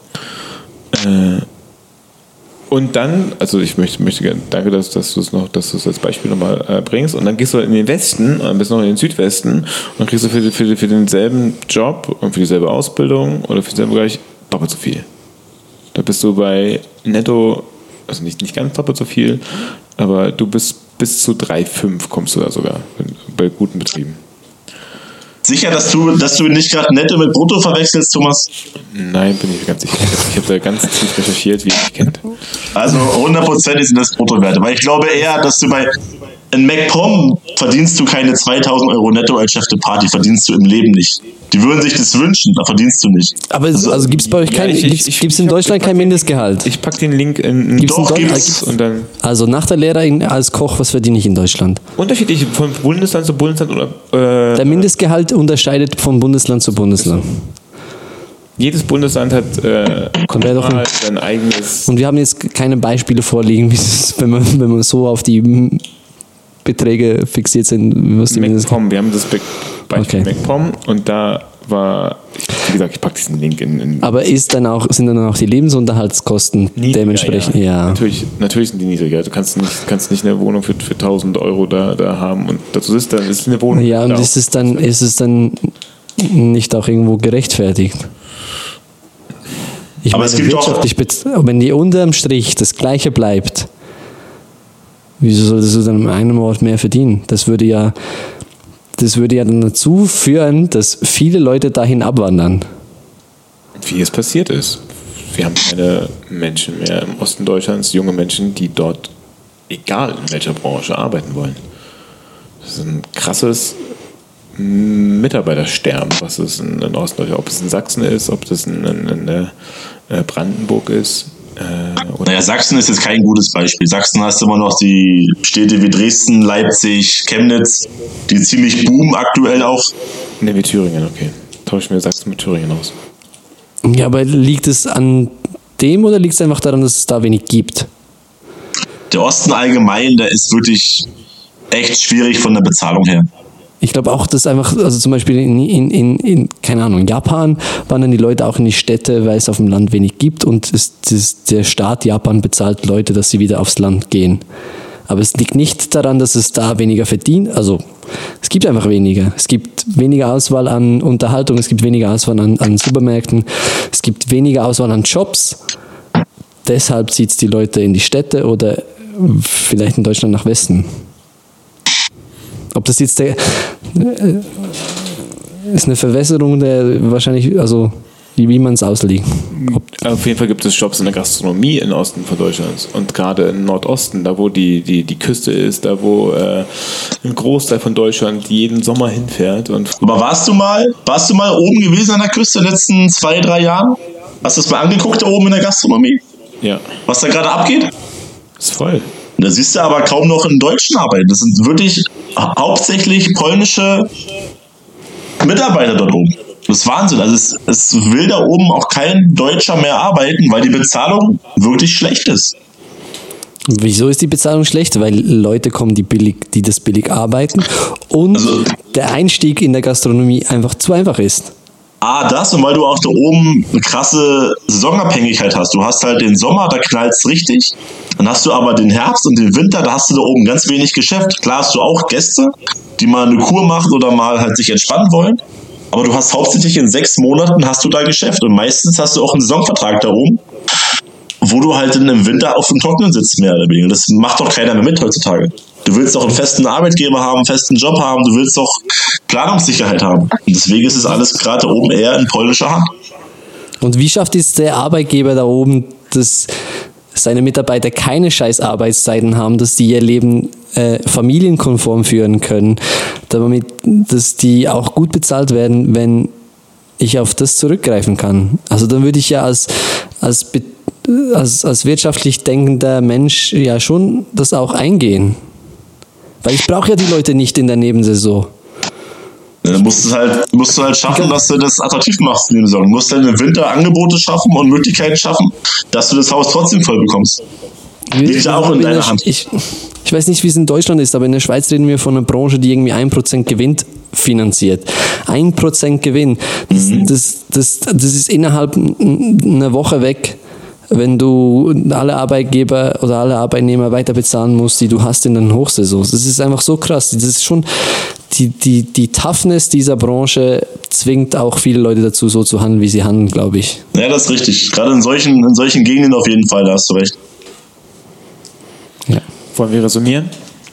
Und dann, also ich möchte, möchte gerne, danke, dass, dass du es noch, dass du es als Beispiel nochmal äh, bringst. Und dann gehst du in den Westen, und bist noch in den Südwesten und dann kriegst du für, für, für denselben Job und für dieselbe Ausbildung oder für denselben Bereich doppelt so viel. Da bist du bei netto, also nicht, nicht ganz doppelt so viel, aber du bist bis zu drei Komma fünf kommst du da sogar bei guten Betrieben. Sicher, dass du, dass du nicht gerade netto mit brutto verwechselst, Thomas? Nein, bin ich ganz sicher. Ich habe da ganz tief recherchiert, wie ihr mich kennt. Also hundertprozentig sind das Bruttowerte. Weil ich glaube eher, dass du bei in MacPom verdienst du keine zweitausend Euro netto als Chef de Party, verdienst du im Leben nicht. Die würden sich das wünschen, da verdienst du nicht. Aber es, also gibt es bei euch kein, ja, ich, ich, gibt's in Deutschland kein Mindestgehalt? Ich pack den Link in, gibt's Doch, in gibt's. Und dann also nach der Lehre in, als Koch, was verdiene ich in Deutschland? Unterschiedlich von Bundesland zu Bundesland oder? Äh, der Mindestgehalt unterscheidet von Bundesland zu Bundesland. Jedes Bundesland hat äh, ein, sein eigenes. Und wir haben jetzt keine Beispiele vorliegen, wie es, wenn man wenn man so auf die Beträge fixiert sind. Was die MacPom, wir haben das Be Beispiel okay. MacPom und da war, wie gesagt, ich packe diesen Link in, in. Aber ist dann auch, sind dann auch die Lebensunterhaltskosten niedriger, dementsprechend? Ja. ja. Natürlich, natürlich sind die niedriger. Du kannst nicht, kannst nicht eine Wohnung für, für tausend Euro da, da haben und dazu ist dann ist eine Wohnung. Ja, und ist es dann, ist es dann nicht auch irgendwo gerechtfertigt? Ich Aber meine, es gibt wirtschaftlich, wenn die unterm Strich das Gleiche bleibt, wieso solltest du dann an einem Ort mehr verdienen? Das würde ja, das würde ja dann dazu führen, dass viele Leute dahin abwandern. Wie es passiert ist. Wir haben keine Menschen mehr im Osten Deutschlands, junge Menschen, die dort, egal in welcher Branche, arbeiten wollen. Das ist ein krasses Mitarbeitersterben, was es in, in Ostdeutschland, ob es in Sachsen ist, ob das in, in, in Brandenburg ist äh, Naja, Sachsen ist jetzt kein gutes Beispiel. Sachsen hast du immer noch die Städte wie Dresden, Leipzig, Chemnitz, die ziemlich boomen aktuell auch. Ne, wie Thüringen, okay. Tauschen wir Sachsen mit Thüringen aus. Ja, aber liegt es an dem oder liegt es einfach daran, dass es da wenig gibt? Der Osten allgemein, der ist wirklich echt schwierig von der Bezahlung her. Ich glaube auch, dass einfach, also zum Beispiel in, in, in, in, keine Ahnung, in Japan wandern die Leute auch in die Städte, weil es auf dem Land wenig gibt und es, das, der Staat Japan bezahlt Leute, dass sie wieder aufs Land gehen. Aber es liegt nicht daran, dass es da weniger verdient, also es gibt einfach weniger. Es gibt weniger Auswahl an Unterhaltung, es gibt weniger Auswahl an, an Supermärkten, es gibt weniger Auswahl an Jobs. Deshalb zieht es die Leute in die Städte oder vielleicht in Deutschland nach Westen. Ob das jetzt der äh, ist eine Verwässerung der wahrscheinlich, also wie, wie man es auslegt. Ob Auf jeden Fall gibt es Jobs in der Gastronomie im Osten von Deutschland und gerade im Nordosten, da wo die, die, die Küste ist, da wo äh, ein Großteil von Deutschland jeden Sommer hinfährt. Und Aber warst du mal, warst du mal oben gewesen an der Küste in den letzten zwei, drei Jahren? Hast du es mal angeguckt da oben in der Gastronomie? Ja. Was da gerade abgeht? Ist voll. Da siehst du aber kaum noch in Deutschen arbeiten. Das sind wirklich hauptsächlich polnische Mitarbeiter dort oben. Das ist Wahnsinn. Also es, es will da oben auch kein Deutscher mehr arbeiten, weil die Bezahlung wirklich schlecht ist. Wieso ist die Bezahlung schlecht? Weil Leute kommen, die billig, die das billig arbeiten und Also- der Einstieg in der Gastronomie einfach zu einfach ist. Ah, das und weil du auch da oben eine krasse Saisonabhängigkeit hast. Du hast halt den Sommer, da knallt's richtig. Dann hast du aber den Herbst und den Winter, da hast du da oben ganz wenig Geschäft. Klar hast du auch Gäste, die mal eine Kur machen oder mal halt sich entspannen wollen. Aber du hast hauptsächlich in sechs Monaten hast du da Geschäft. Und meistens hast du auch einen Saisonvertrag da oben, wo du halt in im Winter auf dem Trocknen sitzt, mehr oder weniger. Das macht doch keiner mehr mit heutzutage. Du willst doch einen festen Arbeitgeber haben, einen festen Job haben, du willst doch Planungssicherheit haben. Und deswegen ist es alles gerade oben eher in polnischer Hand. Und wie schafft es der Arbeitgeber da oben, dass seine Mitarbeiter keine scheiß Arbeitszeiten haben, dass die ihr Leben äh, familienkonform führen können, damit dass die auch gut bezahlt werden, wenn ich auf das zurückgreifen kann. Also dann würde ich ja als, als, als, als wirtschaftlich denkender Mensch ja schon das auch eingehen. Weil ich brauche ja die Leute nicht in der Nebensaison. Dann musst du halt, musst du halt schaffen, dass du das attraktiv machst in den Saison. Du musst dann im Winter Angebote schaffen und Möglichkeiten schaffen, dass du das Haus trotzdem voll bekommst. Liegt ja auch in deiner Hand. Ich, ich weiß nicht, wie es in Deutschland ist, aber in der Schweiz reden wir von einer Branche, die irgendwie ein Prozent Gewinn finanziert. ein Prozent Gewinn. Das, Mhm. das, das, das ist innerhalb einer Woche weg, wenn du alle Arbeitgeber oder alle Arbeitnehmer weiter bezahlen musst, die du hast in den Hochsaisons. Das ist einfach so krass. Das ist schon die, die, die Toughness dieser Branche zwingt auch viele Leute dazu, so zu handeln, wie sie handeln, glaube ich. Ja, das ist richtig. Gerade in solchen, in solchen Gegenden auf jeden Fall, da hast du recht. Ja. Wollen wir resümieren?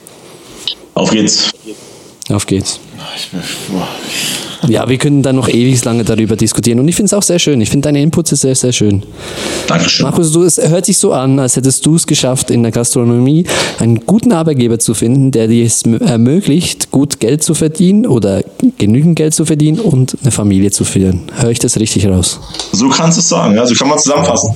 Auf geht's. Auf geht's. Ich, boah. Ja, wir können dann noch ewig lange darüber diskutieren und ich finde es auch sehr schön. Ich finde deine Inputs sehr, sehr schön. Dankeschön. Markus, du, es hört sich so an, als hättest du es geschafft, in der Gastronomie einen guten Arbeitgeber zu finden, der dir es ermöglicht, gut Geld zu verdienen oder genügend Geld zu verdienen und eine Familie zu führen. Höre ich das richtig raus? So kannst du es sagen, ja, so kann man es zusammenfassen.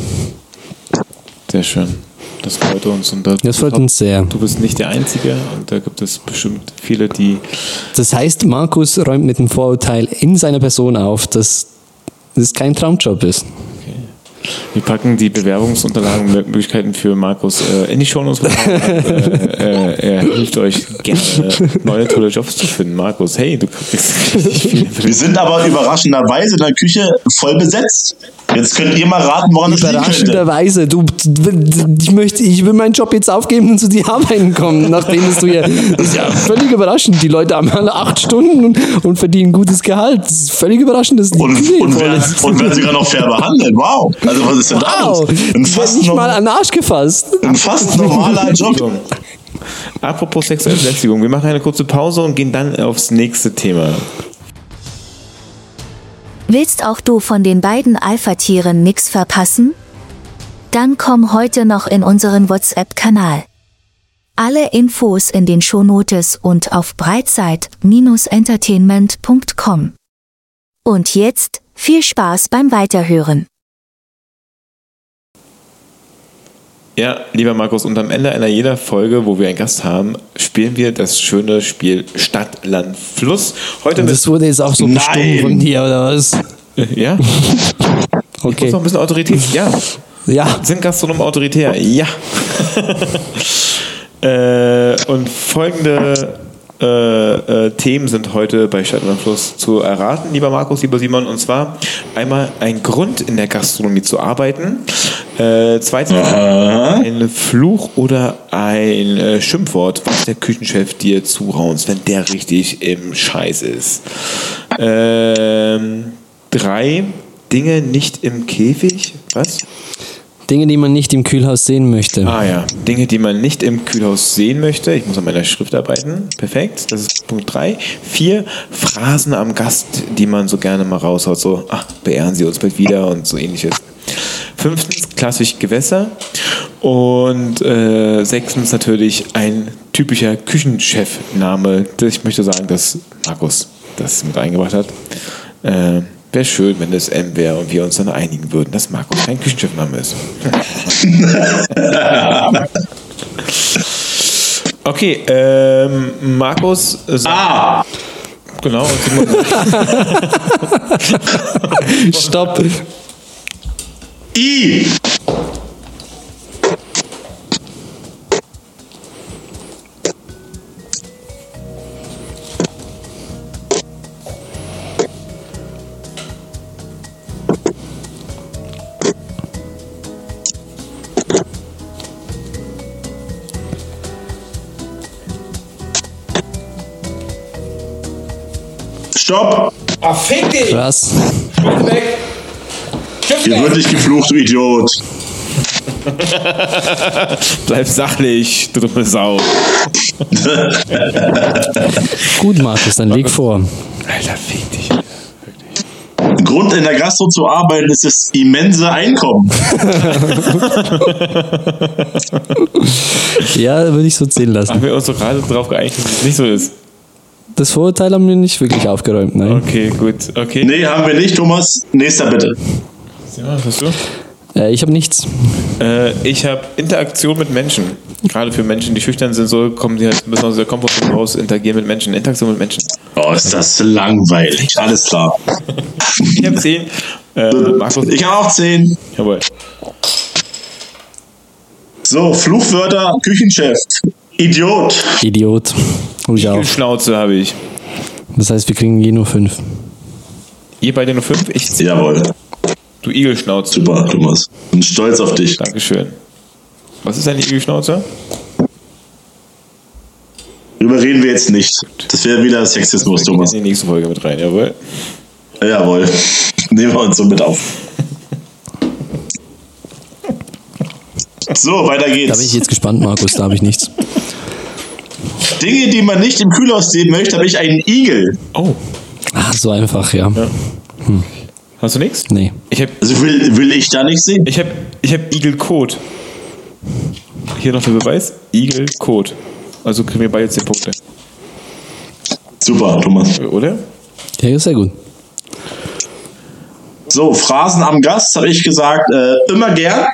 Sehr schön. Das freut uns. Und da, Das freut uns sehr. Du bist nicht der Einzige und da gibt es bestimmt viele, die... Das heißt, Markus räumt mit dem Vorurteil in seiner Person auf, dass es kein Traumjob ist. Okay. Wir packen die Bewerbungsunterlagen und Möglichkeiten für Markus äh, in die Shownotes. äh, äh, er hilft euch gerne, neue tolle Jobs zu finden. Markus, hey, du kriegst richtig viele. Wir sind aber überraschenderweise in der Küche voll besetzt. Jetzt könnt ihr mal raten, woran es liegen könnte. Überraschenderweise, du, ich möchte, ich will meinen Job jetzt aufgeben und zu dir arbeiten kommen, nachdem es du ja, das ist ja völlig überraschend. Die Leute haben alle acht Stunden und, und verdienen gutes Gehalt. Das ist völlig überraschend, dass die Und, Küche und, voll werden, ist. und werden sogar noch fair behandelt. Wow. Also was ist denn da Wow, los? Ein ich werde fast, nicht no- mal an den Arsch gefasst. ein fast normaler Job. Apropos sexuelle Belästigung, wir machen eine kurze Pause und gehen dann aufs nächste Thema. Willst auch du von den beiden Alpha-Tieren nix verpassen? Dann komm heute noch in unseren WhatsApp-Kanal. Alle Infos in den Shownotes und auf brightside Bindestrich entertainment Punkt com. Und jetzt viel Spaß beim Weiterhören. Ja, lieber Markus, und am Ende einer jeder Folge, wo wir einen Gast haben, spielen wir das schöne Spiel Stadt, Land, Fluss. Heute mit Das wurde jetzt auch so bestimmt von dir, oder was? Ja? Okay. Ich muss noch ein bisschen Autorität. Ja. Ja. Sind Gastronomen autoritär? Ja. äh, und folgende äh, äh, Themen sind heute bei Stadt und Fluss zu erraten, lieber Markus, lieber Simon. Und zwar einmal ein Grund in der Gastronomie zu arbeiten. Äh, zweitens ein Fluch oder ein äh, Schimpfwort, was der Küchenchef dir zuraunst, wenn der richtig im Scheiß ist. Ähm, drei Dinge nicht im Käfig. Was? Dinge, die man nicht im Kühlhaus sehen möchte. Ah ja, Dinge, die man nicht im Kühlhaus sehen möchte. Ich muss an meiner Schrift arbeiten. Perfekt, das ist Punkt drei. Vier, Phrasen am Gast, die man so gerne mal raushaut. So, ach, beehren Sie uns bald wieder und so ähnliches. Fünftens, klassisch Gewässer. Und äh, sechstens natürlich ein typischer Küchenchef-Name. Ich möchte sagen, dass Markus das mit eingebracht hat. Äh, Wäre schön, wenn es M wäre und wir uns dann einigen würden, dass Markus kein Küchenchefname ist. Okay, ähm, Markus. Sagt, Ah! Genau. Und Stopp. I! Stopp! Ah, fick dich! Was? Weg! Hier wird nicht geflucht, du Idiot. Bleib sachlich, du dumme Sau. Gut, Markus, dann leg vor. Alter, fick dich. Grund in der Gastro zu arbeiten ist das immense Einkommen. Ja, würde ich so zählen lassen. Haben wir uns doch gerade darauf geeinigt, dass es nicht so ist. Das Vorurteil haben wir nicht wirklich aufgeräumt, nein. Okay, gut. Okay. Nee, haben wir nicht, Thomas. Nächster bitte. Simon, was hast du? Äh, ich habe nichts. Äh, ich habe Interaktion mit Menschen. Gerade für Menschen, die schüchtern sind, so kommen sie halt ein bisschen aus der Komfortzone raus, interagieren mit Menschen. Interaktion mit Menschen. Oh, ist das langweilig. Alles klar. Ich habe zehn. Äh, Markus. Ich habe auch zehn. Jawohl. So, Fluchwörter, Küchenchef. Idiot. Idiot. Hol ich auch. Schnauze habe ich. Das heißt, wir kriegen je nur fünf. Ihr beide nur fünf? Ich zehn. Jawohl. Du Igelschnauze. Super, Thomas. Bin stolz auf dich. Dankeschön. Was ist eine Igelschnauze? Darüber reden wir jetzt nicht. Das wäre wieder Sexismus, Das geht Thomas. in die nächste Folge mit rein, jawohl. Jawohl. Nehmen wir uns so mit auf. So, weiter Da bin ich geht's. jetzt gespannt, Markus, da habe ich nichts. Dinge, die man nicht im Kühlhaus sehen möchte, habe ich einen Igel. Oh. Ah, so einfach, ja. Ja. Hast du nichts? Nee. Ich habe Also will, will ich da nicht sehen? ich hab, ich hab Igelkot. Hier noch der Beweis. Igelkot. Also kriegen wir beide zehn Punkte. Super, Thomas. Oder? Ja, sehr gut. So, Phrasen am Gast habe ich gesagt, äh, immer gern.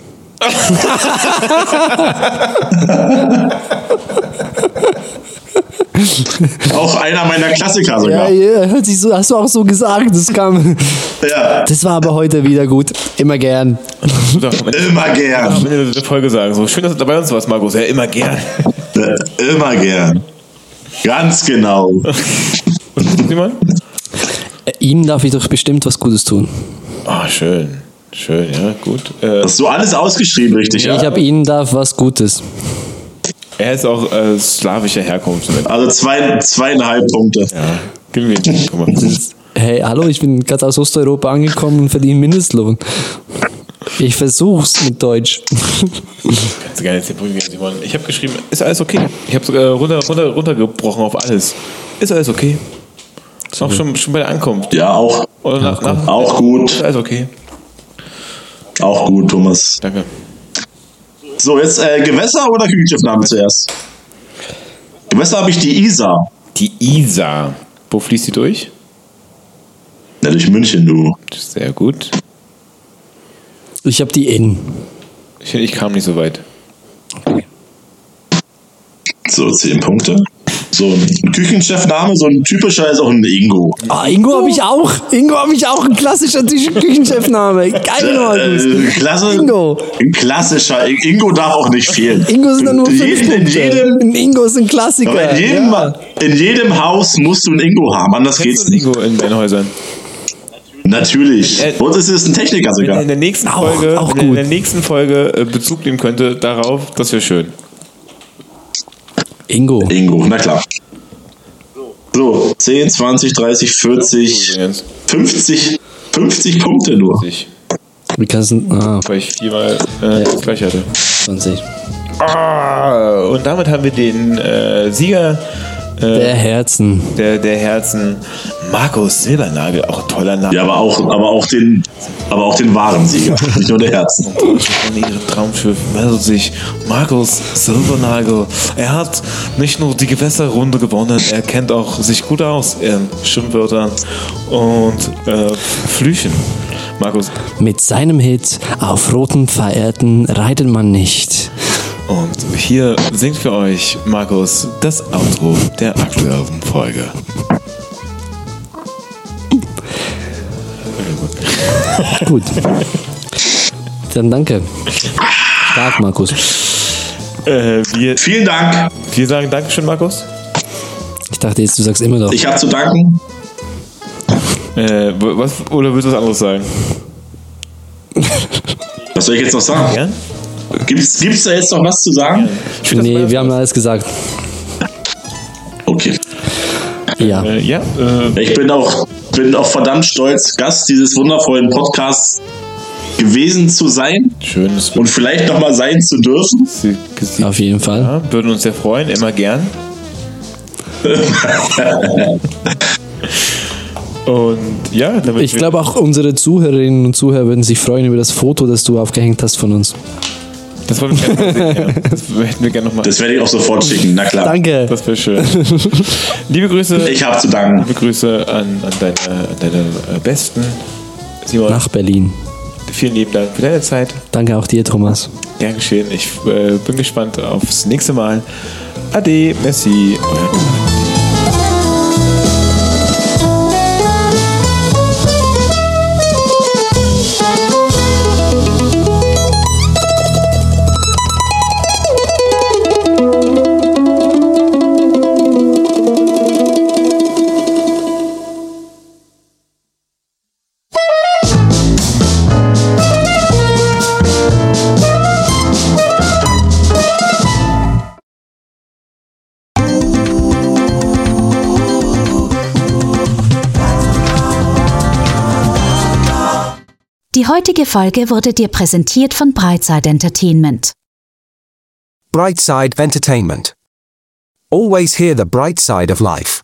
Auch einer meiner Klassiker Ja, sogar. ja, hört sich so, hast du auch so gesagt, das kam. Ja, Das war aber heute wieder gut. Immer gern. Du darfst am Ende- immer am gern. Ende der Folge sagen. So schön, dass du dabei uns warst, Markus. Ja, immer gern. Äh, immer gern. Ganz genau. Und Simon? Äh, Ihnen darf ich doch bestimmt was Gutes tun. Ah, schön. Schön, ja, gut. Äh, Hast du alles ausgeschrieben, richtig? Ja? Ich habe Ihnen darf was Gutes. er ist auch äh, slawischer Herkunft. Also zwei, zweieinhalb Punkte. Ja, gib mir Guck mal. Hey, hallo, ich bin gerade aus Osteuropa angekommen und verdiene Mindestlohn. Ich versuch's mit Deutsch. Kannst du gerne jetzt den Punkt geben, Simon. Ich habe geschrieben, ist alles okay. Ich habe sogar runter, runter, runtergebrochen auf alles. Ist alles okay. Ist auch schon, schon bei der Ankunft. Ja, auch, Oder nach, nach, auch gut. Ist alles okay. Auch gut, Thomas. Danke. So, jetzt äh, Gewässer oder Küchenschiffnamen zuerst? Gewässer habe ich die Isar. Die Isar. Wo fließt die durch? Ja, durch München, du. Sehr gut. Ich habe die N. Ich, ich kam nicht so weit. Okay. So, zehn Punkte. So ein Küchenchefname, so ein typischer ist auch ein Ingo. Ah, Ingo habe ich auch. Ingo habe ich auch. Ein klassischer Küchenchefname. Geil, Markus. Äh, klasse, Ingo. Ein klassischer. Ingo darf auch nicht fehlen. Ingo sind dann nur in fünf jedem, in Punkte. jedem, Ein Ingo ist ein Klassiker. in, jedem, ja. in jedem Haus musst du einen Ingo haben, anders geht's Kennst du nicht. Ingo in deinen Häusern? Natürlich. Äh, Bei uns ist es ein Techniker Wenn sogar. er in der nächsten Auch- Folge, auch wenn er in gut. der nächsten Folge äh, Bezug nehmen könnte darauf, das wäre schön. Ingo. Ingo, na klar. So, zehn, zwanzig, dreißig, vierzig, fünfzig, fünfzig Punkte nur. Ich, Wie kannst du. Ah, weil ich viermal äh, das gleiche hatte. zwanzig. Ah, und damit haben wir den äh, Sieger äh, Der Herzen. der, der Herzen, Markus Silbernagel, auch ein toller Name. Ja, aber auch, aber auch den, aber auch den wahren Sieger, nicht nur der Herzen. Von ihrem Traumschiff meldet sich Markus Silbernagel. Er hat nicht nur die Gewässerrunde gewonnen, er kennt auch sich gut aus in Schimpfwörtern und äh, Flüchen. Markus, Mit seinem Hit Auf roten Pferden reitet man nicht. und hier singt für euch Markus das Outro der aktuellen Folge. Gut. Dann danke. Stark, Markus. Äh, wir, Vielen Dank. wir sagen Dankeschön, Markus. Ich dachte jetzt, du sagst immer noch. Ich habe zu danken. Äh, was, oder willst du was anderes sagen? Was soll ich jetzt noch sagen? Ja? Gibt's, gibt's da jetzt noch was zu sagen? Ich find, das Nee, war- wir haben alles gesagt. Okay. Ja. Äh, ja, äh, Ich bin auch, bin auch verdammt stolz, Gast dieses wundervollen Podcasts gewesen zu sein schönes und vielleicht nochmal sein zu dürfen. Gesicht. Auf jeden Fall. Ja, würden uns sehr freuen, immer gern. Und ja, damit Ich wir- glaube auch unsere Zuhörerinnen und Zuhörer würden sich freuen über das Foto, das du aufgehängt hast von uns. das wollen wir gerne mal sehen. Ja. Das möchten wir gerne nochmal. Das werde ich auch sofort schicken, na klar. Danke. Das wäre schön. Liebe Grüße, Ich habe zu danken. liebe Grüße an, an deine, an deine äh, Besten. Simon, Nach Berlin. vielen lieben Dank für deine Zeit. Danke auch dir, Thomas. Gern geschehen. Ich äh, bin gespannt aufs nächste Mal. Ade, merci, euer Die heutige Folge wurde dir präsentiert von Brightside Entertainment. Brightside Entertainment. Always hear the bright side of life.